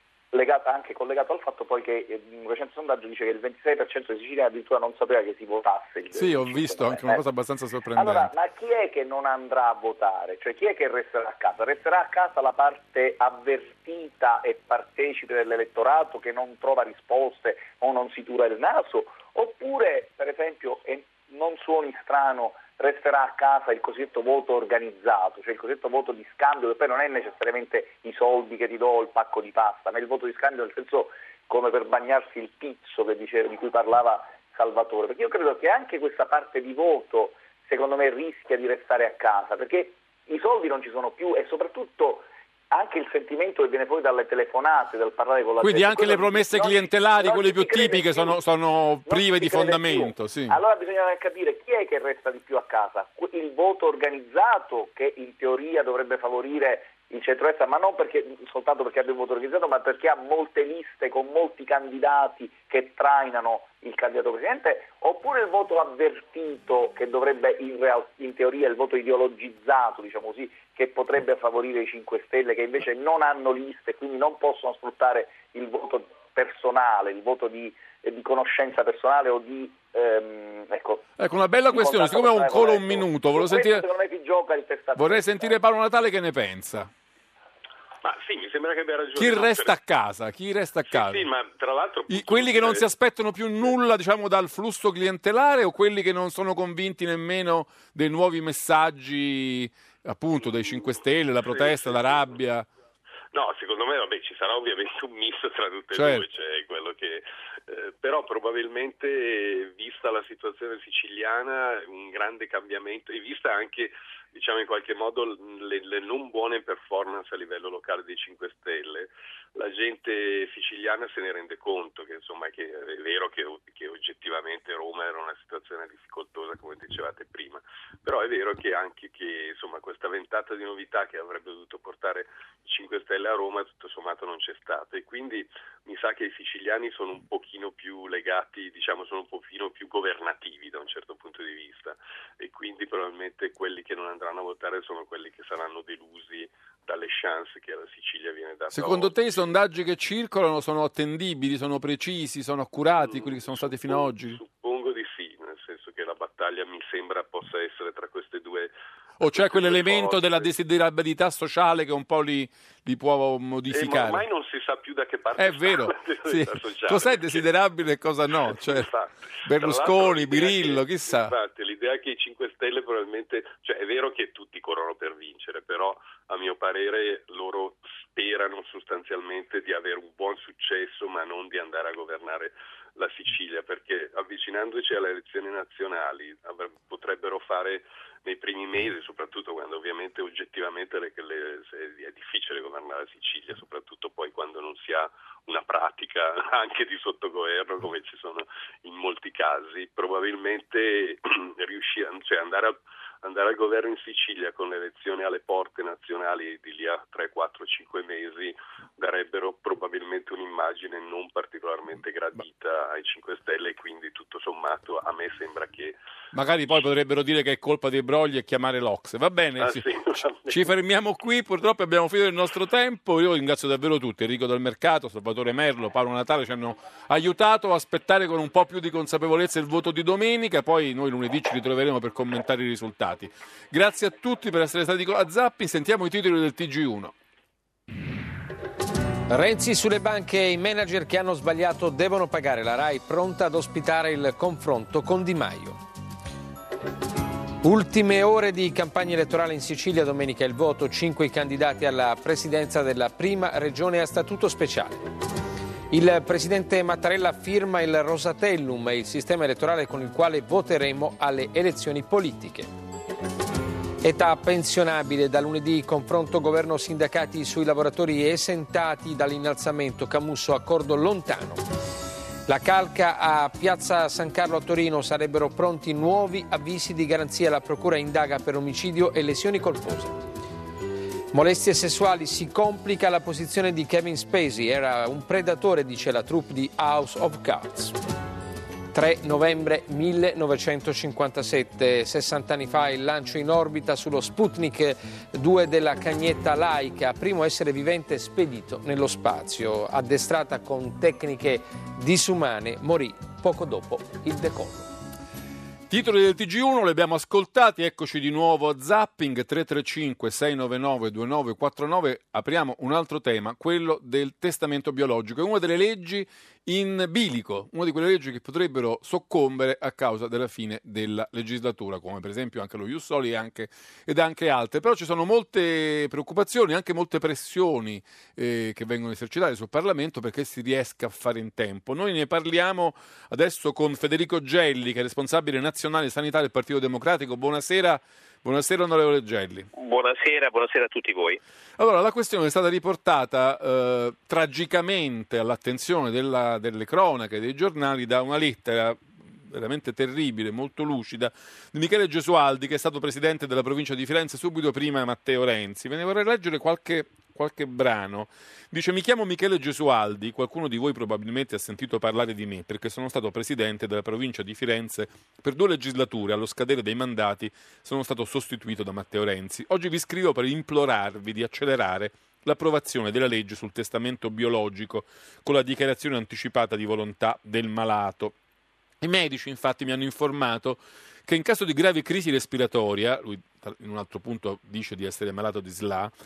anche collegato al fatto poi che un recente sondaggio dice che il 26% dei siciliani addirittura non sapeva che si votasse. Sì, ho visto anche una cosa abbastanza sorprendente. Allora, ma chi è che non andrà a votare? Cioè chi è che resterà a casa? Resterà a casa la parte avvertita e partecipe dell'elettorato che non trova risposte o non si tura il naso? Oppure, per esempio, e non suoni strano, resterà a casa il cosiddetto voto organizzato, cioè il cosiddetto voto di scambio, che poi non è necessariamente i soldi che ti do o il pacco di pasta, ma il voto di scambio nel senso come per bagnarsi il pizzo di cui parlava Salvatore, perché io credo che anche questa parte di voto secondo me rischia di restare a casa, perché i soldi non ci sono più e soprattutto anche il sentimento che viene fuori dalle telefonate, dal parlare con la Quindi gente. Anche le promesse clientelari, quelle più tipiche, sono prive di fondamento. Sì. Allora bisogna capire chi è che resta di più a casa. Il voto organizzato, che in teoria dovrebbe favorire il centrodestra, ma non soltanto perché abbia un voto organizzato, ma perché ha molte liste con molti candidati che trainano il candidato presidente, oppure il voto avvertito, che dovrebbe in teoria il voto ideologizzato, diciamo così, che potrebbe favorire i 5 Stelle, che invece non hanno liste e quindi non possono sfruttare il voto personale, il voto di conoscenza personale o di Ecco, una bella questione, siccome ho ancora un minuto, vorrei sentire Paolo Natale che ne pensa. Ma sì, mi sembra che abbia ragione. Chi resta a casa? Sì, ma tra l'altro quelli che non si aspettano più nulla, diciamo, dal flusso clientelare, o quelli che non sono convinti nemmeno dei nuovi messaggi, appunto, dei 5 Stelle, la protesta, la rabbia? No, secondo me ci sarà ovviamente un misto tra tutte e due, cioè quello che però probabilmente, vista la situazione siciliana, un grande cambiamento, e vista anche diciamo in qualche modo le non buone performance a livello locale dei 5 Stelle, la gente siciliana se ne rende conto che insomma che è vero che oggettivamente Roma era una situazione difficoltosa come dicevate prima, però è vero che anche che insomma questa ventata di novità che avrebbe dovuto portare i 5 Stelle a Roma tutto sommato non c'è stata, e quindi mi sa che i siciliani sono un pochino più legati, diciamo sono un pochino più governativi da un certo punto di vista, e quindi probabilmente quelli che non andranno a votare sono quelli che saranno delusi dalle chance che alla Sicilia viene data. Secondo te i sondaggi che circolano sono attendibili, sono precisi, sono accurati, quelli che sono stati fino ad oggi? Suppongo di sì, nel senso che la battaglia mi sembra possa essere tra queste due. O c'è quell'elemento della desiderabilità sociale che un po' li può modificare? Ma ormai non si sa più da che parte è vero, sì. Cos'è desiderabile e cosa no? Cioè, infatti, Berlusconi, Birillo, chissà. Infatti, l'idea che i 5 Stelle probabilmente, cioè è vero che tutti corrono per vincere, però a mio parere loro sperano sostanzialmente di avere un buon successo, ma non di andare a governare la Sicilia, perché avvicinandoci alle elezioni nazionali potrebbero fare nei primi mesi, soprattutto quando ovviamente oggettivamente è difficile governare la Sicilia, soprattutto poi quando non si ha una pratica anche di sottogoverno come ci sono in molti casi, probabilmente andare al governo in Sicilia con le elezioni alle porte nazionali di lì a 3, 4, 5 mesi darebbero probabilmente un'immagine non particolarmente gradita ai 5 Stelle, e quindi tutto sommato a me sembra che magari poi potrebbero dire che è colpa dei brogli e chiamare l'Ocse. Va bene, ci fermiamo qui, purtroppo abbiamo finito il nostro tempo. Io ringrazio davvero tutti, Enrico Dal Mercato, Salvatore Merlo, Paolo Natale, ci hanno aiutato a aspettare con un po' più di consapevolezza il voto di domenica, poi noi lunedì ci ritroveremo per commentare i risultati. Grazie a tutti per essere stati a Zapping, sentiamo i titoli del TG1. Renzi sulle banche e i manager che hanno sbagliato devono pagare, la RAI pronta ad ospitare il confronto con Di Maio. Ultime ore di campagna elettorale in Sicilia, domenica il voto, 5 candidati alla presidenza della prima regione a statuto speciale. Il presidente Mattarella firma il Rosatellum, il sistema elettorale con il quale voteremo alle elezioni politiche. Età pensionabile, da lunedì confronto governo-sindacati sui lavoratori esentati dall'innalzamento, Camusso accordo lontano. La calca a Piazza San Carlo a Torino, sarebbero pronti nuovi avvisi di garanzia, la procura indaga per omicidio e lesioni colpose. Molestie sessuali, si complica la posizione di Kevin Spacey, era un predatore, dice la troupe di House of Cards. 3 novembre 1957, 60 anni fa, il lancio in orbita sullo Sputnik 2 della cagnetta Laika, primo essere vivente spedito nello spazio. Addestrata con tecniche disumane, morì poco dopo il decollo. Titoli del TG1 li abbiamo ascoltati, eccoci di nuovo a Zapping, 335 699 2949, apriamo un altro tema, quello del testamento biologico, è una delle leggi in bilico, una di quelle leggi che potrebbero soccombere a causa della fine della legislatura, come per esempio anche lo Ius Soli ed anche altre, però ci sono molte preoccupazioni, anche molte pressioni che vengono esercitate sul Parlamento perché si riesca a fare in tempo. Noi ne parliamo adesso con Federico Gelli, che è responsabile nazionale sanità del Partito Democratico. Buonasera onorevole Gelli. Buonasera a tutti voi. Allora, la questione è stata riportata tragicamente all'attenzione delle cronache, dei giornali, da una lettera veramente terribile, molto lucida, di Michele Gesualdi, che è stato presidente della provincia di Firenze subito prima Matteo Renzi. Ve ne vorrei leggere qualche brano. Dice: mi chiamo Michele Gesualdi, qualcuno di voi probabilmente ha sentito parlare di me perché sono stato presidente della provincia di Firenze per 2 legislature, allo scadere dei mandati sono stato sostituito da Matteo Renzi. Oggi vi scrivo per implorarvi di accelerare l'approvazione della legge sul testamento biologico con la dichiarazione anticipata di volontà del malato. I medici infatti mi hanno informato che in caso di grave crisi respiratoria, lui in un altro punto dice di essere malato di SLA,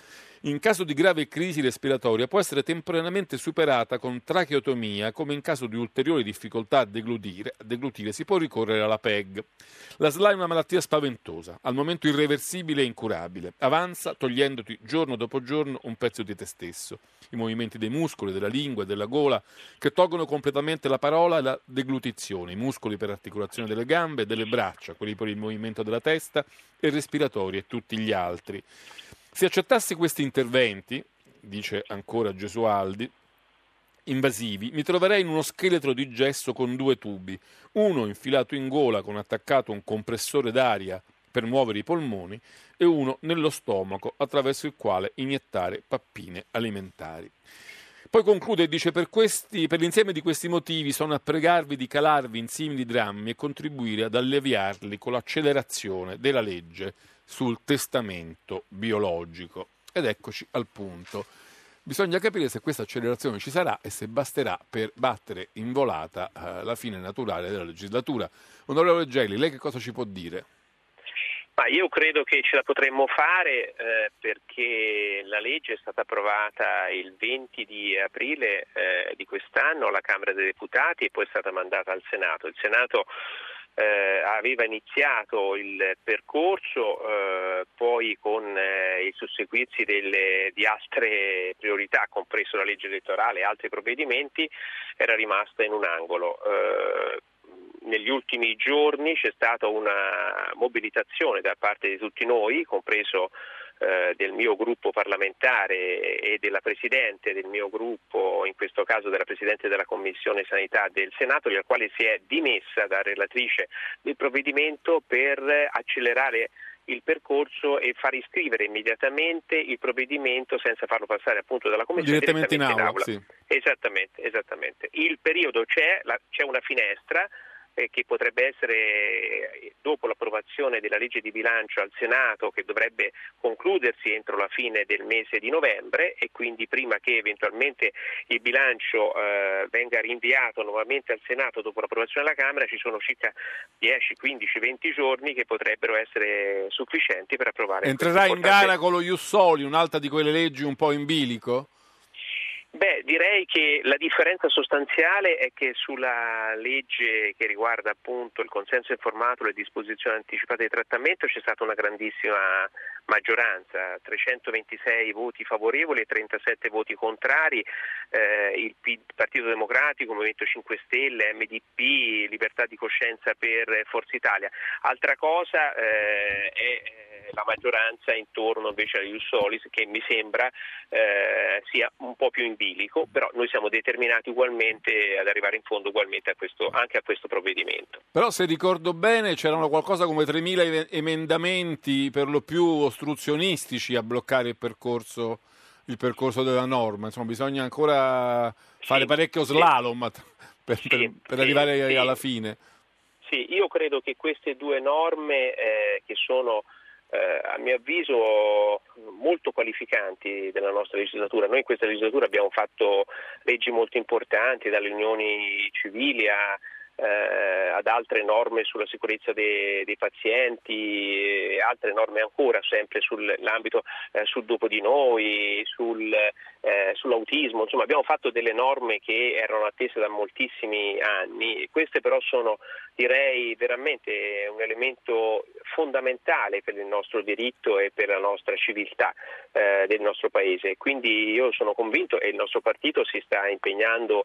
In caso di grave crisi respiratoria può essere temporaneamente superata con tracheotomia, come in caso di ulteriori difficoltà a deglutire si può ricorrere alla PEG. La SLA è una malattia spaventosa, al momento irreversibile e incurabile. Avanza togliendoti giorno dopo giorno un pezzo di te stesso. I movimenti dei muscoli, della lingua e della gola che tolgono completamente la parola e la deglutizione, i muscoli per articolazione delle gambe e delle braccia, quelli per il movimento della testa e respiratori e tutti gli altri. Se accettassi questi interventi, dice ancora Gesualdi, invasivi, mi troverei in uno scheletro di gesso con 2 tubi, uno infilato in gola con attaccato un compressore d'aria per muovere i polmoni e uno nello stomaco attraverso il quale iniettare pappine alimentari. Poi conclude e dice: per l'insieme di questi motivi sono a pregarvi di calarvi in simili drammi e contribuire ad alleviarli con l'accelerazione della legge sul testamento biologico. Ed eccoci al punto. Bisogna capire se questa accelerazione ci sarà e se basterà per battere in volata la fine naturale della legislatura. Onorevole Gelli, lei che cosa ci può dire? Ma io credo che ce la potremmo fare perché la legge è stata approvata il 20 di aprile di quest'anno alla Camera dei Deputati e poi è stata mandata al Senato. Il Senato aveva iniziato il percorso, poi con il susseguirsi di altre priorità, compreso la legge elettorale e altri provvedimenti, era rimasta in un angolo. Negli ultimi giorni c'è stata una mobilitazione da parte di tutti noi, compreso del mio gruppo parlamentare e della Presidente del mio gruppo, in questo caso della Presidente della Commissione Sanità del Senato, la quale si è dimessa da relatrice del provvedimento per accelerare il percorso e far iscrivere immediatamente il provvedimento senza farlo passare appunto dalla Commissione direttamente in aula. Sì. Esattamente. Il periodo c'è una finestra che potrebbe essere dopo l'approvazione della legge di bilancio al Senato, che dovrebbe concludersi entro la fine del mese di novembre, e quindi prima che eventualmente il bilancio venga rinviato nuovamente al Senato dopo l'approvazione alla Camera, ci sono circa 10, 15, 20 giorni che potrebbero essere sufficienti per approvare. Entrerà in gara con lo Ius Soli, un'altra di quelle leggi un po' in bilico? Beh, direi che la differenza sostanziale è che sulla legge che riguarda appunto il consenso informato e le disposizioni anticipate di trattamento c'è stata una grandissima maggioranza, 326 voti favorevoli e 37 voti contrari, il Partito Democratico, Movimento 5 Stelle, MDP, Libertà di Coscienza per Forza Italia. Altra cosa è la maggioranza intorno invece agli Ius Solis, che mi sembra sia un po' più in bilico, però noi siamo determinati ugualmente ad arrivare in fondo ugualmente anche a questo provvedimento. Però se ricordo bene c'erano qualcosa come 3.000 emendamenti per lo più ostruzionistici a bloccare il percorso della norma, insomma bisogna ancora fare parecchio slalom per arrivare alla fine. Sì, io credo che queste due norme che sono a mio avviso molto qualificanti della nostra legislatura. Noi in questa legislatura abbiamo fatto leggi molto importanti, dalle unioni civili ad altre norme sulla sicurezza dei pazienti, altre norme ancora sempre sull'ambito sul dopo di noi, sull'autismo. Insomma, abbiamo fatto delle norme che erano attese da moltissimi anni. Queste però sono, direi, veramente un elemento fondamentale per il nostro diritto e per la nostra civiltà del nostro paese. Quindi io sono convinto, e il nostro partito si sta impegnando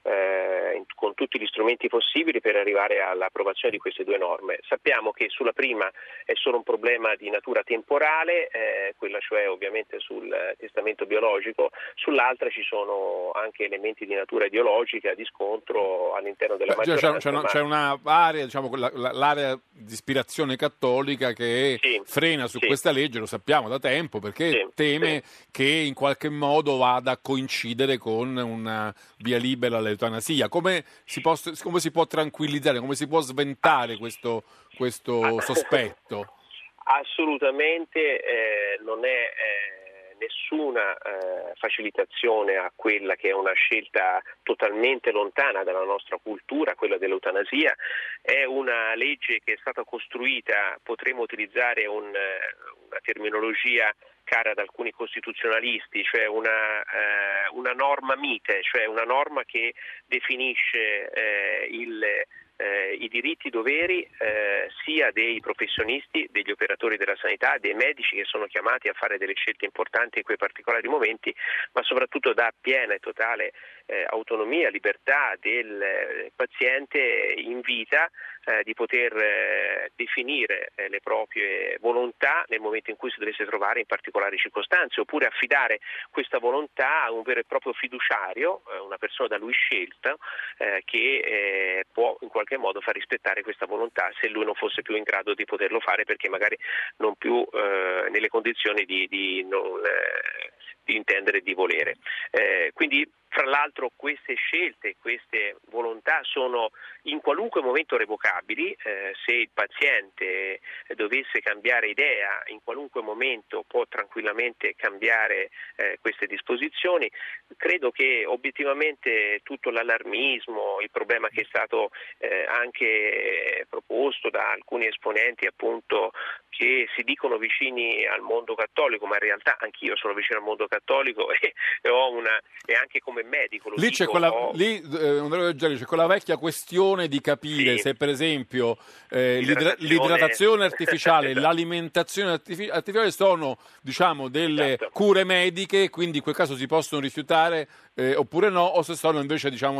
con tutti gli strumenti possibili per arrivare all'approvazione di queste due norme. Sappiamo che sulla prima è solo un problema di natura temporale, quella cioè ovviamente sul testamento biologico, sull'altra ci sono anche elementi di natura ideologica, di scontro all'interno della maggioranza. C'è una area, diciamo, l'area di ispirazione cattolica che frena su questa legge, lo sappiamo da tempo, perché teme che in qualche modo vada a coincidere con una via libera all'eutanasia. Come si può tranquillizzare, come si può sventare questo sospetto? Assolutamente non è nessuna facilitazione a quella che è una scelta totalmente lontana dalla nostra cultura, quella dell'eutanasia. È una legge che è stata costruita, potremmo utilizzare un una terminologia cara ad alcuni costituzionalisti, cioè una norma mite, cioè una norma che definisce i diritti e i doveri sia dei professionisti, degli operatori della sanità, dei medici che sono chiamati a fare delle scelte importanti in quei particolari momenti, ma soprattutto dà piena e totale autonomia, libertà del paziente in vita di poter definire le proprie volontà nel momento in cui si dovesse trovare in particolari circostanze, oppure affidare questa volontà a un vero e proprio fiduciario, una persona da lui scelta, che può in qualche modo far rispettare questa volontà se lui non fosse più in grado di poterlo fare, perché magari non più nelle condizioni di intendere e di volere. Quindi, fra l'altro, queste scelte, queste volontà sono in qualunque momento revocabili. Se il paziente dovesse cambiare idea, in qualunque momento può tranquillamente cambiare queste disposizioni. Credo che obiettivamente tutto l'allarmismo, il problema che è stato anche proposto da alcuni esponenti, appunto, che si dicono vicini al mondo cattolico, ma in realtà anch'io sono vicino al mondo cattolico e anche come medico lo lì dico, c'è quella vecchia questione di capire se per esempio l'idratazione artificiale, l'alimentazione artificiale sono, diciamo, delle cure mediche, quindi in quel caso si possono rifiutare oppure no, o se sono invece, diciamo,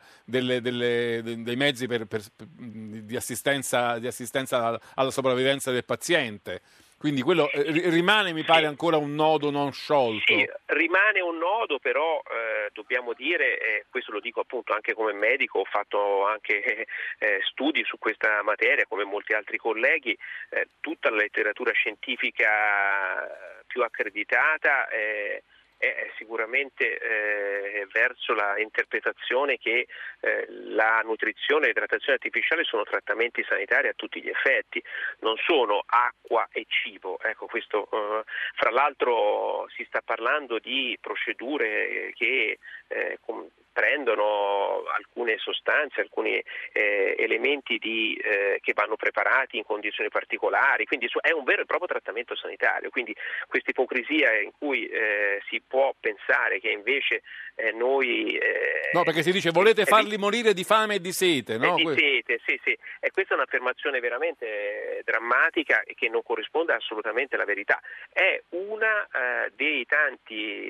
dei mezzi di assistenza alla sopravvivenza del paziente. Quindi quello rimane, mi pare, ancora un nodo non sciolto. Sì, rimane un nodo, però dobbiamo dire, questo lo dico appunto anche come medico, ho fatto anche studi su questa materia come molti altri colleghi, tutta la letteratura scientifica più accreditata è sicuramente verso la interpretazione che la nutrizione e l'idratazione artificiale sono trattamenti sanitari a tutti gli effetti, non sono acqua e cibo. Ecco, questo fra l'altro si sta parlando di procedure che prendono alcune sostanze, alcuni elementi che vanno preparati in condizioni particolari, quindi è un vero e proprio trattamento sanitario. Quindi questa ipocrisia in cui si può pensare che invece noi... no, perché si dice volete farli morire di fame e di sete, no? Di sete, sì. E questa è un'affermazione veramente drammatica e che non corrisponde assolutamente alla verità. È uno dei tanti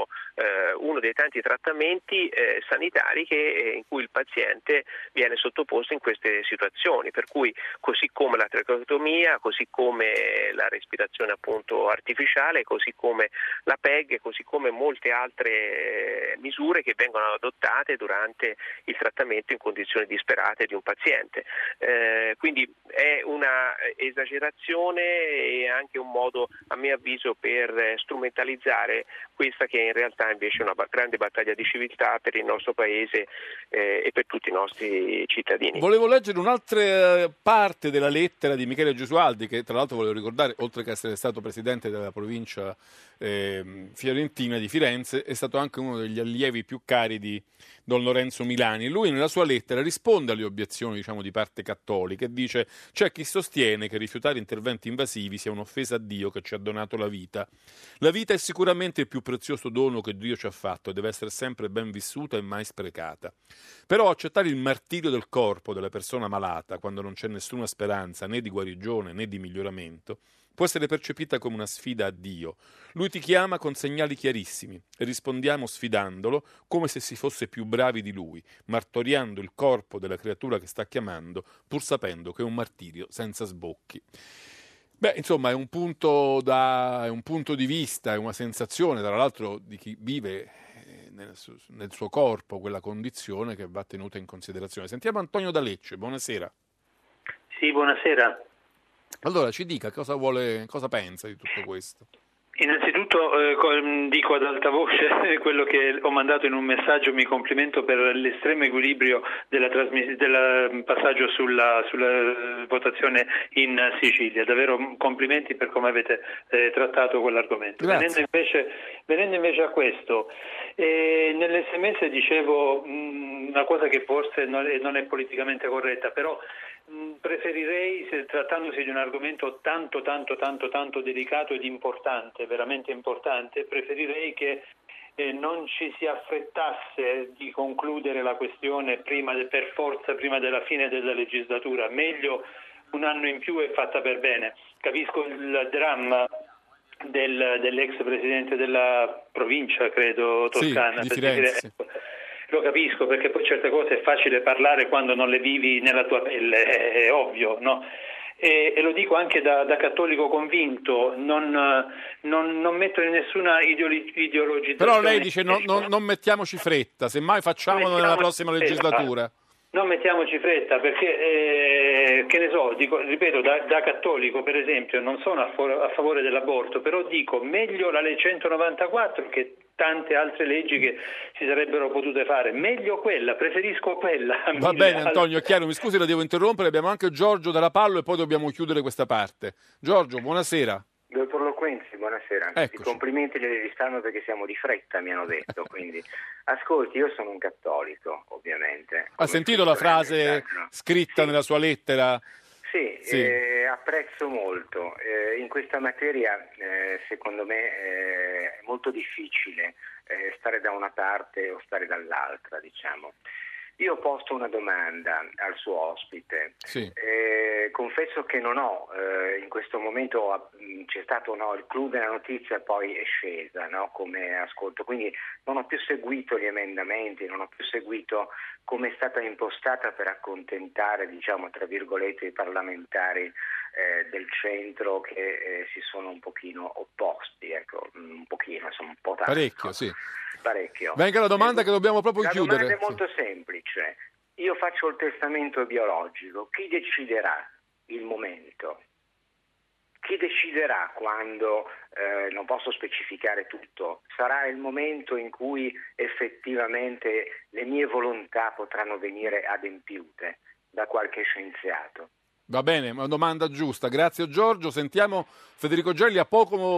trattamenti sanitari in cui il paziente viene sottoposto in queste situazioni, per cui così come la tracheotomia, così come la respirazione appunto artificiale, così come la PEG, così come molte altre misure che vengono adottate durante il trattamento in condizioni disperate di un paziente. Quindi è una esagerazione e anche un modo, a mio avviso, per strumentalizzare questa che in realtà invece è una grande battaglia di civiltà per il nostro paese e per tutti i nostri cittadini. Volevo leggere un'altra parte della lettera di Michele Gesualdi, che tra l'altro volevo ricordare, oltre che essere stato presidente della provincia fiorentina di Firenze, è stato anche uno degli allievi più cari di Don Lorenzo Milani. Lui nella sua lettera risponde alle obiezioni, diciamo, di parte cattolica e dice: c'è chi sostiene che rifiutare interventi invasivi sia un'offesa a Dio che ci ha donato la vita. La vita è sicuramente il più prezioso dono che Dio ci ha fatto e deve essere sempre ben vissuta e mai sprecata. Però accettare il martirio del corpo della persona malata quando non c'è nessuna speranza né di guarigione né di miglioramento può essere percepita come una sfida a Dio. Lui ti chiama con segnali chiarissimi e rispondiamo sfidandolo come se si fosse più bravi di lui, martoriando il corpo della creatura che sta chiamando, pur sapendo che è un martirio senza sbocchi. Beh, insomma, è un punto di vista, è una sensazione, tra l'altro, di chi vive nel suo corpo quella condizione che va tenuta in considerazione. Sentiamo Antonio da Lecce, buonasera. Sì, buonasera. Allora, ci dica cosa pensa di tutto questo. Innanzitutto dico ad alta voce quello che ho mandato in un messaggio, mi complimento per l'estremo equilibrio del passaggio sulla votazione in Sicilia, davvero complimenti per come avete trattato quell'argomento. Venendo invece a questo, nell'SMS dicevo una cosa che forse non è politicamente corretta, però preferirei, trattandosi di un argomento tanto delicato ed importante, veramente importante, preferirei che non ci si affrettasse di concludere la questione prima della fine della legislatura. Meglio un anno in più è fatta per bene. Capisco il dramma dell'ex presidente della provincia, credo, toscana. Sì, di Firenze. Lo capisco, perché poi certe cose è facile parlare quando non le vivi nella tua pelle, è ovvio, no? E lo dico anche da cattolico convinto, non metto in nessuna ideologizzazione. Però lei dice non mettiamoci fretta, semmai facciamolo nella prossima legislatura. Non mettiamoci fretta, perché che ne so, ripeto, da cattolico per esempio non sono a favore dell'aborto, però dico meglio la legge 194 che tante altre leggi che si sarebbero potute fare, meglio quella, preferisco quella. Va bene Antonio, è chiaro, mi scusi, la devo interrompere, abbiamo anche Giorgio dalla Pallo e poi dobbiamo chiudere questa parte. Giorgio, buonasera. Dottor Loquenzi, buonasera. Eccoci. I complimenti li stanno perché siamo di fretta, mi hanno detto, quindi ascolti, io sono un cattolico, ovviamente. Ha sentito la frase scritta nella sua lettera? Sì. Apprezzo molto. In questa materia, secondo me, è molto difficile stare da una parte o stare dall'altra, diciamo. Io ho posto una domanda al suo ospite. Sì. Confesso che non ho, in questo momento c'è stato il clou della notizia, poi è scesa, come ascolto, quindi non ho più seguito gli emendamenti, non ho più seguito come è stata impostata per accontentare, diciamo, tra virgolette, i parlamentari del centro che si sono un pochino opposti, ecco, un pochino, insomma, un po' tanto. Parecchio, sì. Parecchio. Venga la domanda che dobbiamo proprio chiudere. La domanda è molto semplice. Io faccio il testamento biologico. Chi deciderà il momento? Chi deciderà quando, non posso specificare tutto, sarà il momento in cui effettivamente le mie volontà potranno venire adempiute da qualche scienziato? Va bene, una domanda giusta. Grazie Giorgio. Sentiamo Federico Gelli, a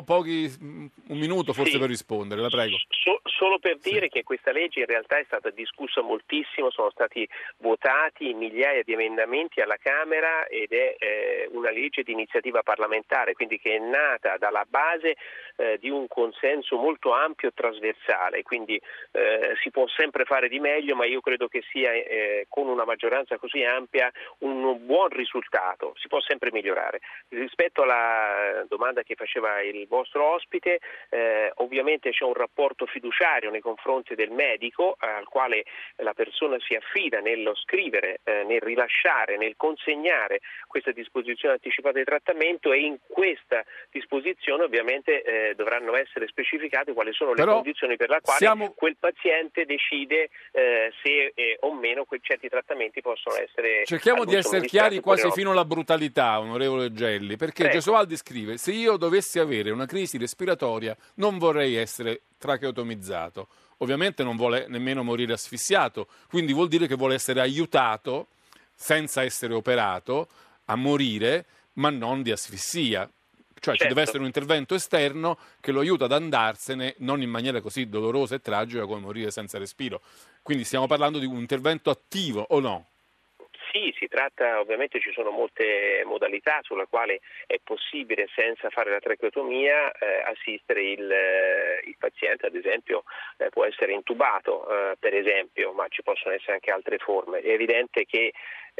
un minuto forse per rispondere, la prego. Solo per dire che questa legge in realtà è stata discussa moltissimo, sono stati votati migliaia di emendamenti alla Camera ed è una legge di iniziativa parlamentare, quindi che è nata dalla base di un consenso molto ampio e trasversale, quindi si può sempre fare di meglio, ma io credo che sia con una maggioranza così ampia un buon risultato. Si può sempre migliorare. Rispetto alla domanda che faceva il vostro ospite, ovviamente c'è un rapporto fiduciario nei confronti del medico al quale la persona si affida nello scrivere, nel rilasciare, nel consegnare questa disposizione anticipata di trattamento, e in questa disposizione ovviamente dovranno essere specificate quali sono le condizioni per la quale quel paziente decide se o meno certi trattamenti possono essere. Cerchiamo di essere chiari quasi fino alla brutalità, onorevole Gelli, perché Gesualdi scrive: se io dovessi avere una crisi respiratoria non vorrei essere tracheotomizzato. Ovviamente non vuole nemmeno morire asfissiato, quindi vuol dire che vuole essere aiutato senza essere operato a morire, ma non di asfissia. Cioè ci deve essere un intervento esterno che lo aiuta ad andarsene, non in maniera così dolorosa e tragica come morire senza respiro. Quindi stiamo parlando di un intervento attivo, o no? Sì, si tratta, ovviamente ci sono molte modalità sulla quale è possibile, senza fare la tracheotomia, assistere il paziente. Ad esempio può essere intubato, per esempio, ma ci possono essere anche altre forme. È evidente che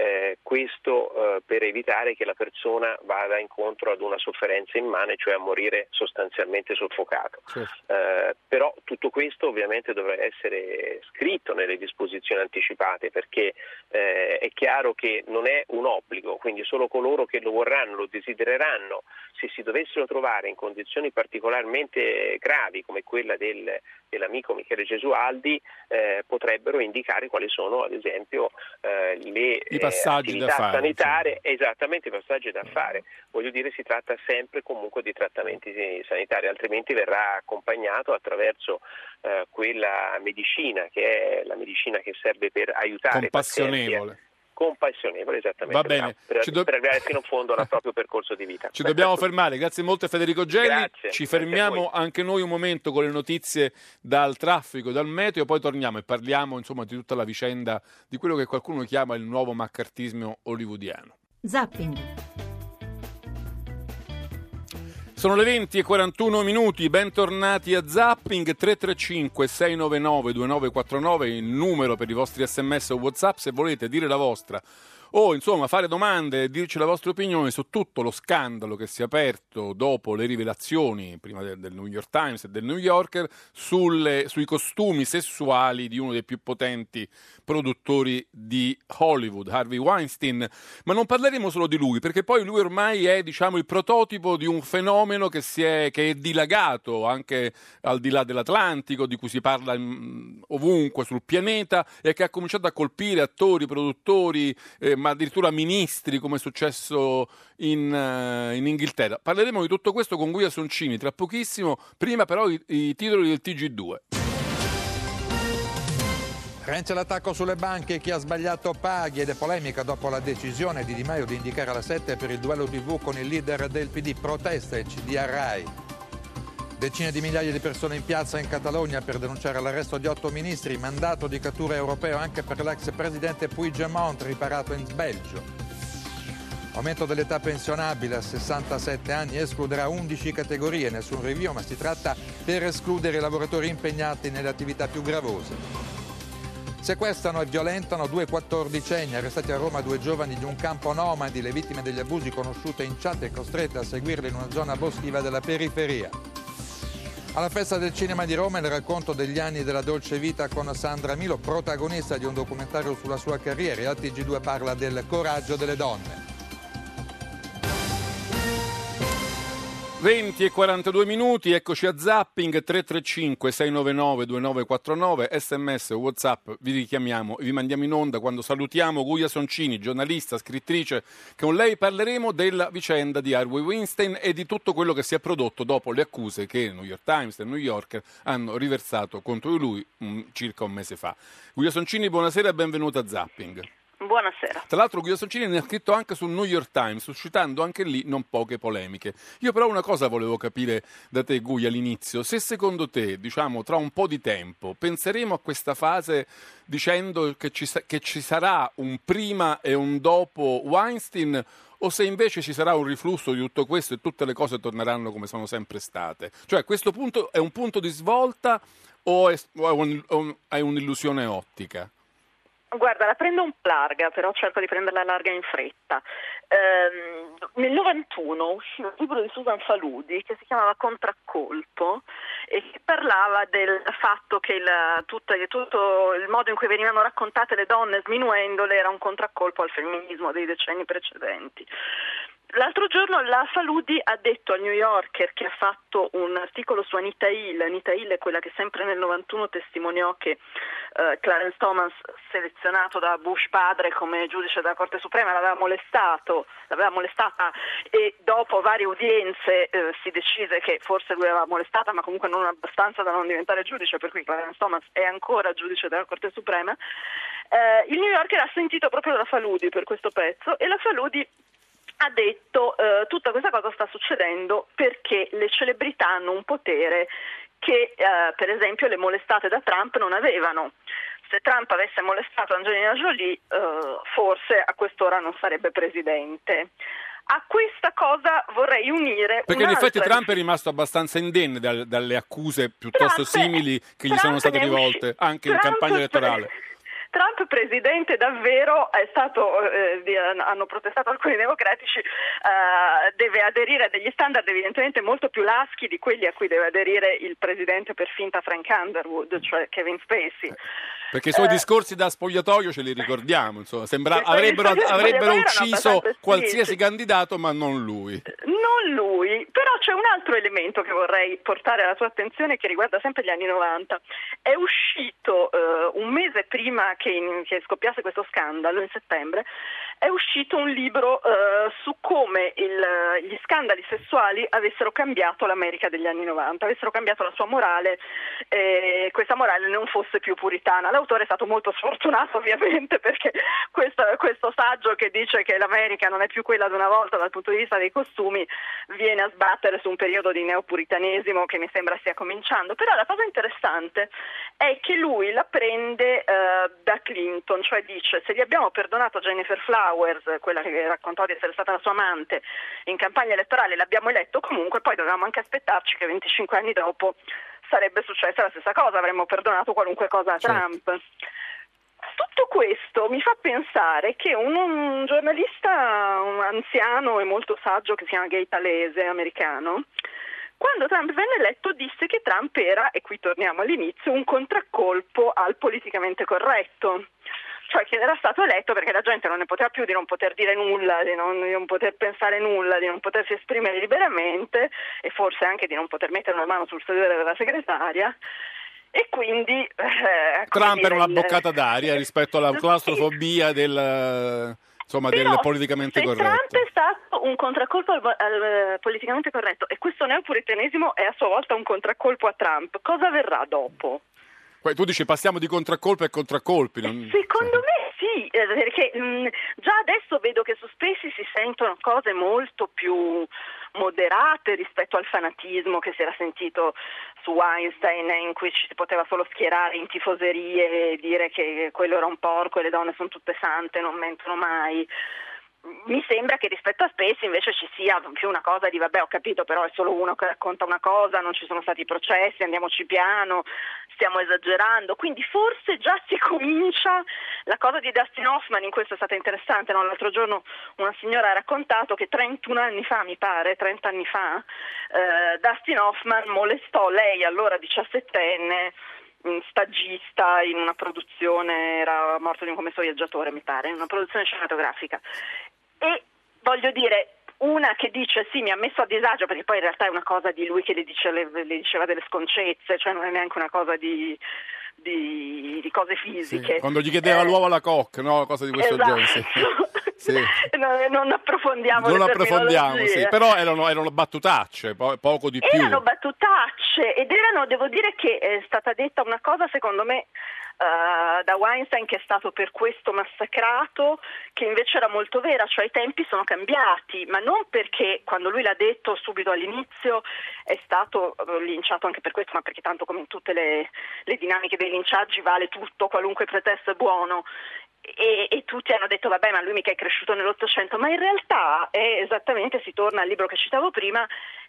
questo per evitare che la persona vada incontro ad una sofferenza immane, cioè a morire sostanzialmente soffocato. Però tutto questo ovviamente dovrà essere scritto nelle disposizioni anticipate, perché è chiaro che non è un obbligo, quindi solo coloro che lo vorranno, lo desidereranno, se si dovessero trovare in condizioni particolarmente gravi come quella dell'amico Michele Gesualdi, potrebbero indicare quali sono ad esempio i passaggi da fare, sanitarie, esattamente i passaggi da fare. Voglio dire, si tratta sempre comunque di trattamenti sanitari, altrimenti verrà accompagnato attraverso quella medicina che è la medicina che serve per aiutare i pazienti. Compassionevole, esattamente. Va bene. Per arrivare fino in fondo al proprio percorso di vita. Ci dobbiamo fermare. Grazie molto Federico Gelli. Grazie. Ci fermiamo anche noi un momento con le notizie dal traffico, dal meteo, poi torniamo e parliamo insomma di tutta la vicenda di quello che qualcuno chiama il nuovo maccartismo hollywoodiano. Zapping. Sono le 20:41, bentornati a Zapping. 335 699 2949 il numero per i vostri sms o WhatsApp se volete dire la vostra o insomma fare domande e dirci la vostra opinione su tutto lo scandalo che si è aperto dopo le rivelazioni prima del New York Times e del New Yorker sui costumi sessuali di uno dei più potenti produttori di Hollywood, Harvey Weinstein. Ma non parleremo solo di lui, perché poi lui ormai è, diciamo, il prototipo di un fenomeno che è dilagato anche al di là dell'Atlantico, di cui si parla ovunque sul pianeta e che ha cominciato a colpire attori, produttori, ma addirittura ministri, come è successo in Inghilterra. Parleremo di tutto questo con Guia Soncini tra pochissimo. Prima però i titoli del TG2. Renzi all'attacco sulle banche, chi ha sbagliato paghi, ed è polemica dopo la decisione di Di Maio di indicare la 7 per il duello TV con il leader del PD. Protesta e CDA Rai. Decine di migliaia di persone in piazza in Catalogna per denunciare l'arresto di 8 ministri, mandato di cattura europeo anche per l'ex presidente Puigdemont, riparato in Belgio. Aumento dell'età pensionabile a 67 anni, escluderà 11 categorie, nessun rinvio, ma si tratta per escludere i lavoratori impegnati nelle attività più gravose. Sequestrano e violentano 2 quattordicenni, arrestati a Roma 2 giovani di un campo nomadi, le vittime degli abusi conosciute in chat e costrette a seguirle in una zona boschiva della periferia. Alla Festa del Cinema di Roma il racconto degli anni della dolce vita con Sandra Milo, protagonista di un documentario sulla sua carriera, e al TG2 parla del coraggio delle donne. 20:42, eccoci a Zapping. 335 699 2949, sms o WhatsApp, vi richiamiamo e vi mandiamo in onda quando salutiamo Guia Soncini, giornalista, scrittrice, che con lei parleremo della vicenda di Harvey Weinstein e di tutto quello che si è prodotto dopo le accuse che il New York Times e il New Yorker hanno riversato contro lui circa un mese fa. Guia Soncini, buonasera e benvenuta a Zapping. Buonasera. Tra l'altro Guido Soncini ne ha scritto anche sul New York Times, suscitando anche lì non poche polemiche. Io però una cosa volevo capire da te, Guia, all'inizio. Se secondo te, diciamo, tra un po' di tempo, penseremo a questa fase dicendo che ci sarà un prima e un dopo Weinstein, o se invece ci sarà un riflusso di tutto questo e tutte le cose torneranno come sono sempre state? Cioè, questo punto è un punto di svolta o è un'illusione ottica? Guarda, la prendo un po' larga, però cerco di prenderla larga in fretta. Nel 91 uscì un libro di Susan Faludi che si chiamava Contraccolpo e che parlava del fatto che tutto il modo in cui venivano raccontate le donne sminuendole era un contraccolpo al femminismo dei decenni precedenti. L'altro giorno la Faludi ha detto al New Yorker, che ha fatto un articolo su Anita Hill. Anita Hill è quella che sempre nel 91 testimoniò che Clarence Thomas, selezionato da Bush padre come giudice della Corte Suprema, l'aveva molestata e dopo varie udienze si decise che forse lui l'aveva molestata, ma comunque non abbastanza da non diventare giudice, per cui Clarence Thomas è ancora giudice della Corte Suprema. Il New Yorker ha sentito proprio la Faludi per questo pezzo e la Faludi ha detto tutta questa cosa sta succedendo perché le celebrità hanno un potere che per esempio le molestate da Trump non avevano. Se Trump avesse molestato Angelina Jolie forse a quest'ora non sarebbe presidente. A questa cosa vorrei unire perché in effetti Trump è rimasto abbastanza indenne dalle accuse piuttosto simili che gli sono state rivolte anche in campagna elettorale. Trump presidente davvero è stato, hanno protestato alcuni democratici, deve aderire a degli standard evidentemente molto più laschi di quelli a cui deve aderire il presidente per finta Frank Underwood, cioè Kevin Spacey. Perché i suoi discorsi da spogliatoio ce li ricordiamo, insomma, avrebbero ucciso qualsiasi candidato, ma non lui. Non lui, però c'è un altro elemento che vorrei portare alla tua attenzione che riguarda sempre gli anni 90. È uscito un mese prima che scoppiasse questo scandalo, in settembre, è uscito un libro su come gli scandali sessuali avessero cambiato l'America degli anni 90, avessero cambiato la sua morale, e questa morale non fosse più puritana. L'autore è stato molto sfortunato ovviamente, perché questo saggio che dice che l'America non è più quella di una volta dal punto di vista dei costumi viene a sbattere su un periodo di neopuritanesimo che mi sembra stia cominciando. Però la cosa interessante è che lui la prende da Clinton, cioè dice: se gli abbiamo perdonato Jennifer Flowers Flowers, quella che raccontò di essere stata la sua amante in campagna elettorale, l'abbiamo eletto comunque, poi dovevamo anche aspettarci che 25 anni dopo sarebbe successa la stessa cosa, avremmo perdonato qualunque cosa a Trump. Tutto questo mi fa pensare che un giornalista anziano e molto saggio che si chiama Gay Talese, americano, quando Trump venne eletto disse che Trump era, e qui torniamo all'inizio, un contraccolpo al politicamente corretto. Cioè che era stato eletto perché la gente non ne poteva più di non poter dire nulla, di non poter pensare nulla, di non potersi esprimere liberamente e forse anche di non poter mettere una mano sul sedere della segretaria. E quindi Trump era una boccata d'aria rispetto alla claustrofobia del politicamente corretto. Trump è stato un contraccolpo al politicamente corretto e questo neopuritanesimo è a sua volta un contraccolpo a Trump. Cosa verrà dopo? Tu dici passiamo di contraccolpi a contraccolpi. Secondo me sì, perché già adesso vedo che su Spacey si sentono cose molto più moderate rispetto al fanatismo che si era sentito su Weinstein, in cui ci si poteva solo schierare in tifoserie e dire che quello era un porco e le donne sono tutte sante, non mentono mai. Mi sembra che rispetto a Spacey invece ci sia più una cosa di vabbè, ho capito, però è solo uno che racconta una cosa, non ci sono stati processi, andiamoci piano, stiamo esagerando, quindi forse già si comincia. La cosa di Dustin Hoffman in questo è stata interessante, no? L'altro giorno una signora ha raccontato che 31 anni fa, mi pare, 30 anni fa, Dustin Hoffman molestò lei, allora 17enne, stagista in una produzione, era morto di un commesso viaggiatore mi pare, in una produzione cinematografica, e voglio dire, una che dice sì mi ha messo a disagio perché poi in realtà è una cosa di lui che le diceva delle sconcezze, cioè non è neanche una cosa di cose fisiche. Sì, quando gli chiedeva l'uovo alla coque, no? Cosa di questo genere. Sì. Non approfondiamo sì. Però erano battutacce, poco di più. Erano battutacce ed devo dire che è stata detta una cosa secondo me da Weinstein che è stato per questo massacrato, che invece era molto vera, cioè i tempi sono cambiati, ma non perché quando lui l'ha detto subito all'inizio è stato linciato anche per questo, ma perché tanto come in tutte le dinamiche dei linciaggi vale tutto, qualunque pretesto è buono. E tutti hanno detto vabbè, ma lui mica è cresciuto nell'Ottocento, ma in realtà è esattamente, si torna al libro che citavo prima,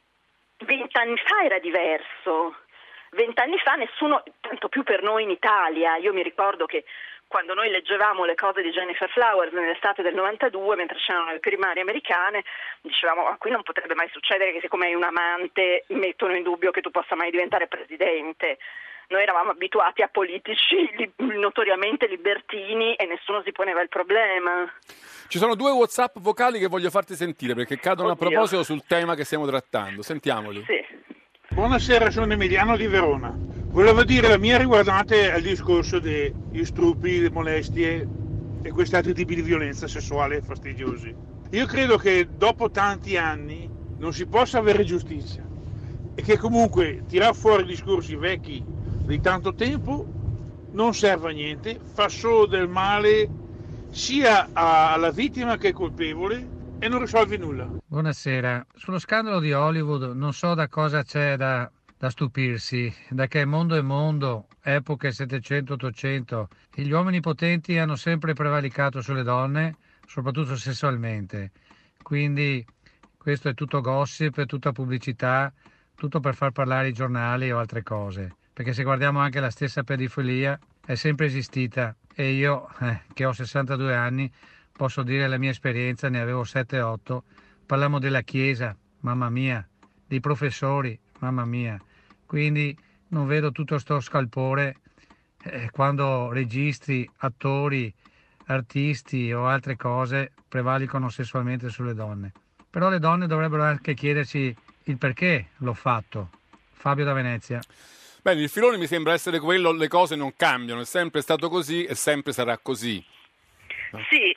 20 anni fa era diverso. 20 anni fa nessuno, tanto più per noi in Italia, io mi ricordo che quando noi leggevamo le cose di Jennifer Flowers nell'estate del 92, mentre c'erano le primarie americane, dicevamo qui non potrebbe mai succedere che siccome hai un amante mettono in dubbio che tu possa mai diventare presidente. Noi eravamo abituati a politici notoriamente libertini e nessuno si poneva il problema. Ci sono 2 WhatsApp vocali che voglio farti sentire perché cadono a proposito sul tema che stiamo trattando. Sentiamoli. Sì. Buonasera, sono Emiliano di Verona. Volevo dire la mia riguardante al discorso degli stupri, le molestie e questi altri tipi di violenza sessuale fastidiosi. Io credo che dopo tanti anni non si possa avere giustizia e che comunque tirar fuori discorsi vecchi di tanto tempo non serve a niente, fa solo del male sia alla vittima che è colpevole e non risolve nulla. Buonasera. Sullo scandalo di Hollywood non so da cosa c'è da stupirsi, da che mondo è mondo, epoche 700-800, gli uomini potenti hanno sempre prevalicato sulle donne, soprattutto sessualmente. Quindi questo è tutto gossip, è tutta pubblicità, tutto per far parlare i giornali o altre cose. Perché se guardiamo anche la stessa pedofilia è sempre esistita e io che ho 62 anni posso dire la mia esperienza, ne avevo 7-8, parliamo della Chiesa, mamma mia, dei professori, mamma mia, quindi non vedo tutto sto scalpore quando registri, attori, artisti o altre cose prevalicano sessualmente sulle donne. Però le donne dovrebbero anche chiedersi il perché l'ho fatto. Fabio da Venezia. Bene, il filone mi sembra essere quello, le cose non cambiano, è sempre stato così e sempre sarà così. Sì,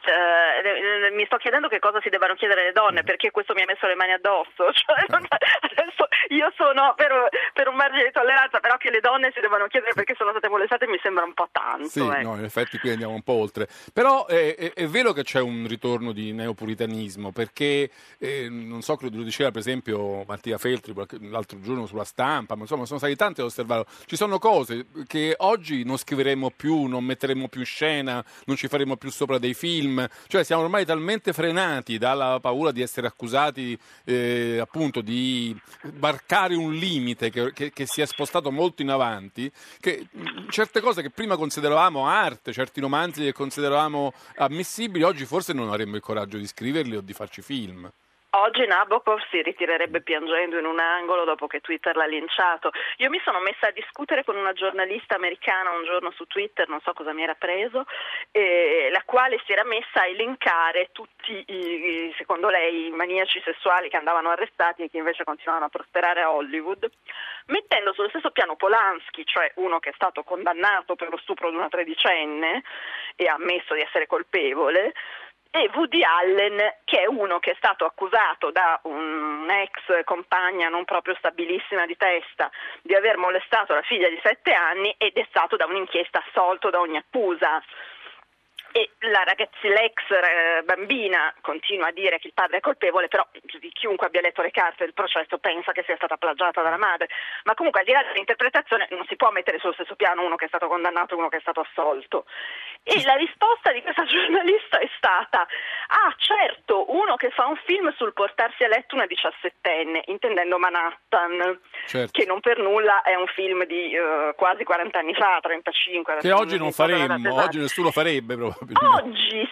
mi sto chiedendo che cosa si debbano chiedere le donne, perché questo mi ha messo le mani addosso. Cioè, adesso io io sono per un margine di tolleranza, però che le donne si devono chiedere perché sono state molestate mi sembra un po' tanto. Sì, no, in effetti qui andiamo un po' oltre. Però è vero che c'è un ritorno di neopuritanismo, perché, non so, lo diceva per esempio Mattia Feltri l'altro giorno sulla Stampa, ma insomma sono stati tanti ad osservarlo. Ci sono cose che oggi non scriveremo più, non metteremo più in scena, non ci faremo più sopra dei film, cioè siamo ormai talmente frenati dalla paura di essere accusati appunto di varcare un limite che si è spostato molto in avanti, che certe cose che prima consideravamo arte, certi romanzi che consideravamo ammissibili, oggi forse non avremmo il coraggio di scriverli o di farci film. Oggi Nabokov si ritirerebbe piangendo in un angolo dopo che Twitter l'ha linciato. Io mi sono messa a discutere con una giornalista americana un giorno su Twitter, non so cosa mi era preso, la quale si era messa a elencare tutti secondo lei, i maniaci sessuali che andavano arrestati e che invece continuavano a prosperare a Hollywood, mettendo sullo stesso piano Polanski, cioè uno che è stato condannato per lo stupro di una tredicenne e ha ammesso di essere colpevole, e Woody Allen, che è uno che è stato accusato da un'ex compagna non proprio stabilissima di testa di aver molestato la figlia di 7 anni ed è stato da un'inchiesta assolto da ogni accusa. E l'ex bambina continua a dire che il padre è colpevole, però chiunque abbia letto le carte del processo pensa che sia stata plagiata dalla madre. Ma comunque al di là dell'interpretazione non si può mettere sullo stesso piano uno che è stato condannato e uno che è stato assolto. E la risposta di questa giornalista è stata: certo, uno che fa un film sul portarsi a letto una 17enne, intendendo Manhattan, certo, che non per nulla è un film di quasi 40 anni fa, 35. Che oggi non faremmo, oggi nessuno farebbe probabilmente. Oggi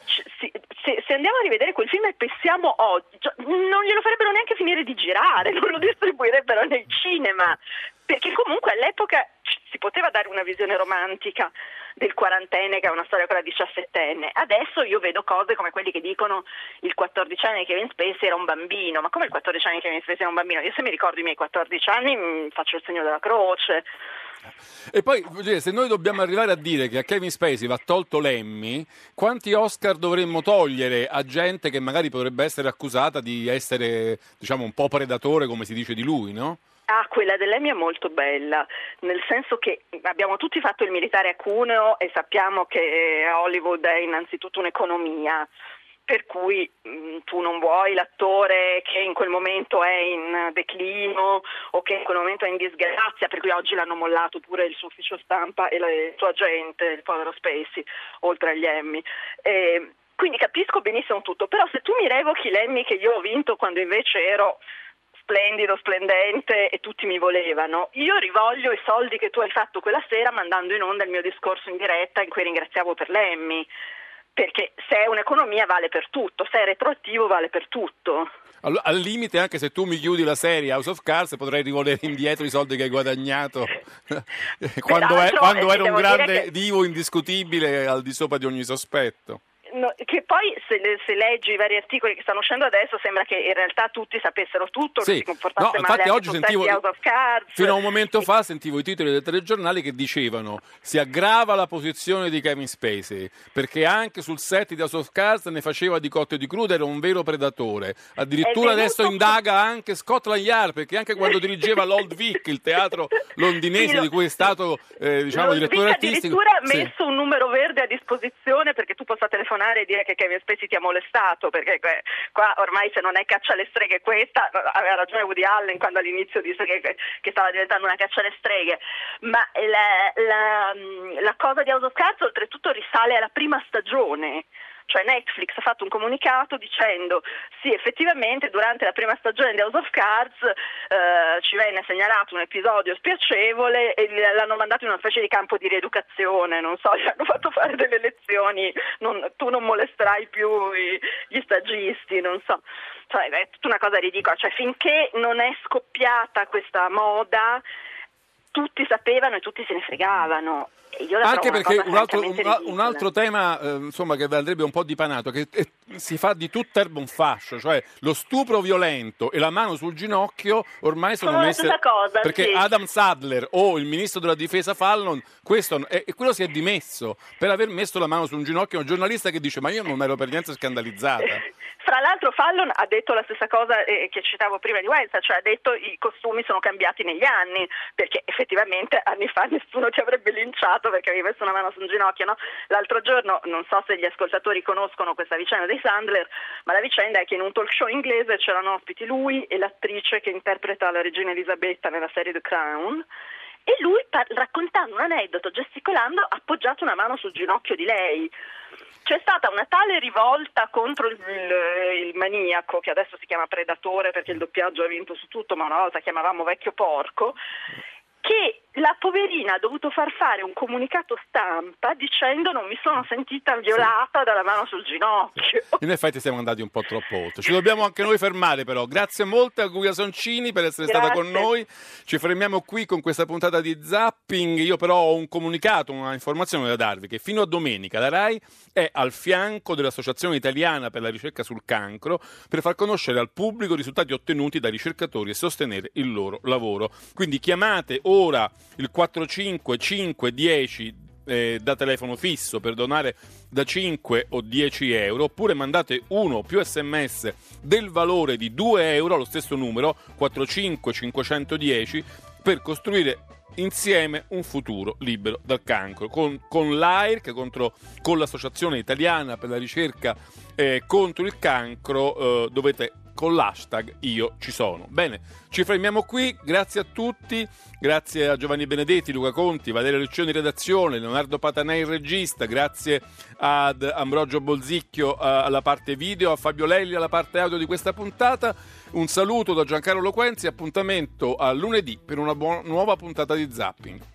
se andiamo a rivedere quel film e pensiamo oggi, non glielo farebbero neanche finire di girare, non lo distribuirebbero nel cinema, perché comunque all'epoca si poteva dare una visione romantica del quarantenne che è una storia con la 17enne. Adesso io vedo cose come quelli che dicono il 14enne di Kevin Spacey era un bambino. Ma come il 14enne di Kevin Spacey era un bambino? Io se mi ricordo i miei 14 anni faccio il segno della croce. E poi, se noi dobbiamo arrivare a dire che a Kevin Spacey va tolto l'Emmy, quanti Oscar dovremmo togliere a gente che magari potrebbe essere accusata di essere, diciamo, un po' predatore, come si dice di lui, no? Quella dell'Emmy è molto bella, nel senso che abbiamo tutti fatto il militare a Cuneo e sappiamo che Hollywood è innanzitutto un'economia, per cui tu non vuoi l'attore che in quel momento è in declino o che in quel momento è in disgrazia, per cui oggi l'hanno mollato pure il suo ufficio stampa e il suo agente, il povero Spacey, oltre agli Emmy. Quindi capisco benissimo tutto, però se tu mi revochi l'Emmy che io ho vinto quando invece ero splendido, splendente e tutti mi volevano, io rivoglio i soldi che tu hai fatto quella sera mandando in onda il mio discorso in diretta in cui ringraziavo per l'Emmy, perché se è un'economia vale per tutto, se è retroattivo vale per tutto. Al limite, anche se tu mi chiudi la serie House of Cards, potrei rivolere indietro i soldi che hai guadagnato quando ero un grande divo indiscutibile al di sopra di ogni sospetto. No, che poi se leggi i vari articoli che stanno uscendo adesso sembra che in realtà tutti sapessero tutto, che si comportasse male anche oggi sul sentivo, set di House of Cards. Fino a un momento fa sentivo i titoli dei telegiornali che dicevano: si aggrava la posizione di Kevin Spacey perché anche sul set di House of Cards ne faceva di cotte e di crude, era un vero predatore. Addirittura adesso indaga anche Scotland Yard, perché anche quando dirigeva l'Old Vic, il teatro londinese di cui è stato direttore artistico, addirittura messo un numero verde a disposizione perché tu possa telefonare e dire che Kevin Spacey ti ha molestato, perché qua ormai se non è caccia alle streghe questa, aveva ragione Woody Allen quando all'inizio disse che stava diventando una caccia alle streghe, ma la cosa di House of Cards oltretutto risale alla prima stagione. Cioè Netflix ha fatto un comunicato dicendo sì, effettivamente durante la prima stagione di House of Cards ci venne segnalato un episodio spiacevole e l'hanno mandato in una specie di campo di rieducazione, non so, gli hanno fatto fare delle lezioni, tu non molesterai più gli stagisti, non so, cioè è tutta una cosa ridicola, cioè finché non è scoppiata questa moda tutti sapevano e tutti se ne fregavano. Anche perché un altro tema insomma, che andrebbe un po' dipanato, che si fa di tutta erba un fascio, cioè lo stupro violento e la mano sul ginocchio ormai sono messe cosa, perché sì. Adam Sadler o il ministro della difesa Fallon quello si è dimesso per aver messo la mano su un ginocchio a un giornalista che dice: ma io non ero per niente scandalizzata. Fra l'altro Fallon ha detto la stessa cosa che citavo prima di Wenzel, cioè ha detto i costumi sono cambiati negli anni, perché effettivamente anni fa nessuno ti avrebbe linciato perché avevi messo una mano su un ginocchio, no? L'altro giorno, non so se gli ascoltatori conoscono questa vicenda dei Sandler, ma la vicenda è che in un talk show inglese c'erano ospiti lui e l'attrice che interpreta la regina Elisabetta nella serie The Crown, e lui raccontando un aneddoto, gesticolando, ha appoggiato una mano sul ginocchio di lei. C'è stata una tale rivolta contro il maniaco, che adesso si chiama Predatore perché il doppiaggio ha vinto su tutto, ma una volta chiamavamo Vecchio Porco, che la poverina ha dovuto far fare un comunicato stampa dicendo non mi sono sentita violata dalla mano sul ginocchio. In effetti siamo andati un po' troppo oltre. Ci dobbiamo anche noi fermare però. Grazie molto a Guia Soncini per essere stata con noi. Ci fermiamo qui con questa puntata di Zapping. Io però ho un comunicato, una informazione da darvi, che fino a domenica la RAI è al fianco dell'Associazione Italiana per la Ricerca sul Cancro per far conoscere al pubblico i risultati ottenuti dai ricercatori e sostenere il loro lavoro. Quindi chiamate ora il 45 da telefono fisso per donare da 5 o 10 euro, oppure mandate uno o più sms del valore di 2 euro allo stesso numero 45 510 per costruire insieme un futuro libero dal cancro con l'AIRC, con l'Associazione Italiana per la Ricerca contro il Cancro. Dovete con l'hashtag Io ci sono. Bene, ci fermiamo qui, grazie a tutti, grazie a Giovanni Benedetti, Luca Conti, Valeria Leccioni in redazione, Leonardo Patanei il regista, grazie ad Ambrogio Bolzicchio alla parte video, a Fabio Lelli alla parte audio di questa puntata. Un saluto da Giancarlo Loquenzi, appuntamento a lunedì per una nuova puntata di Zapping.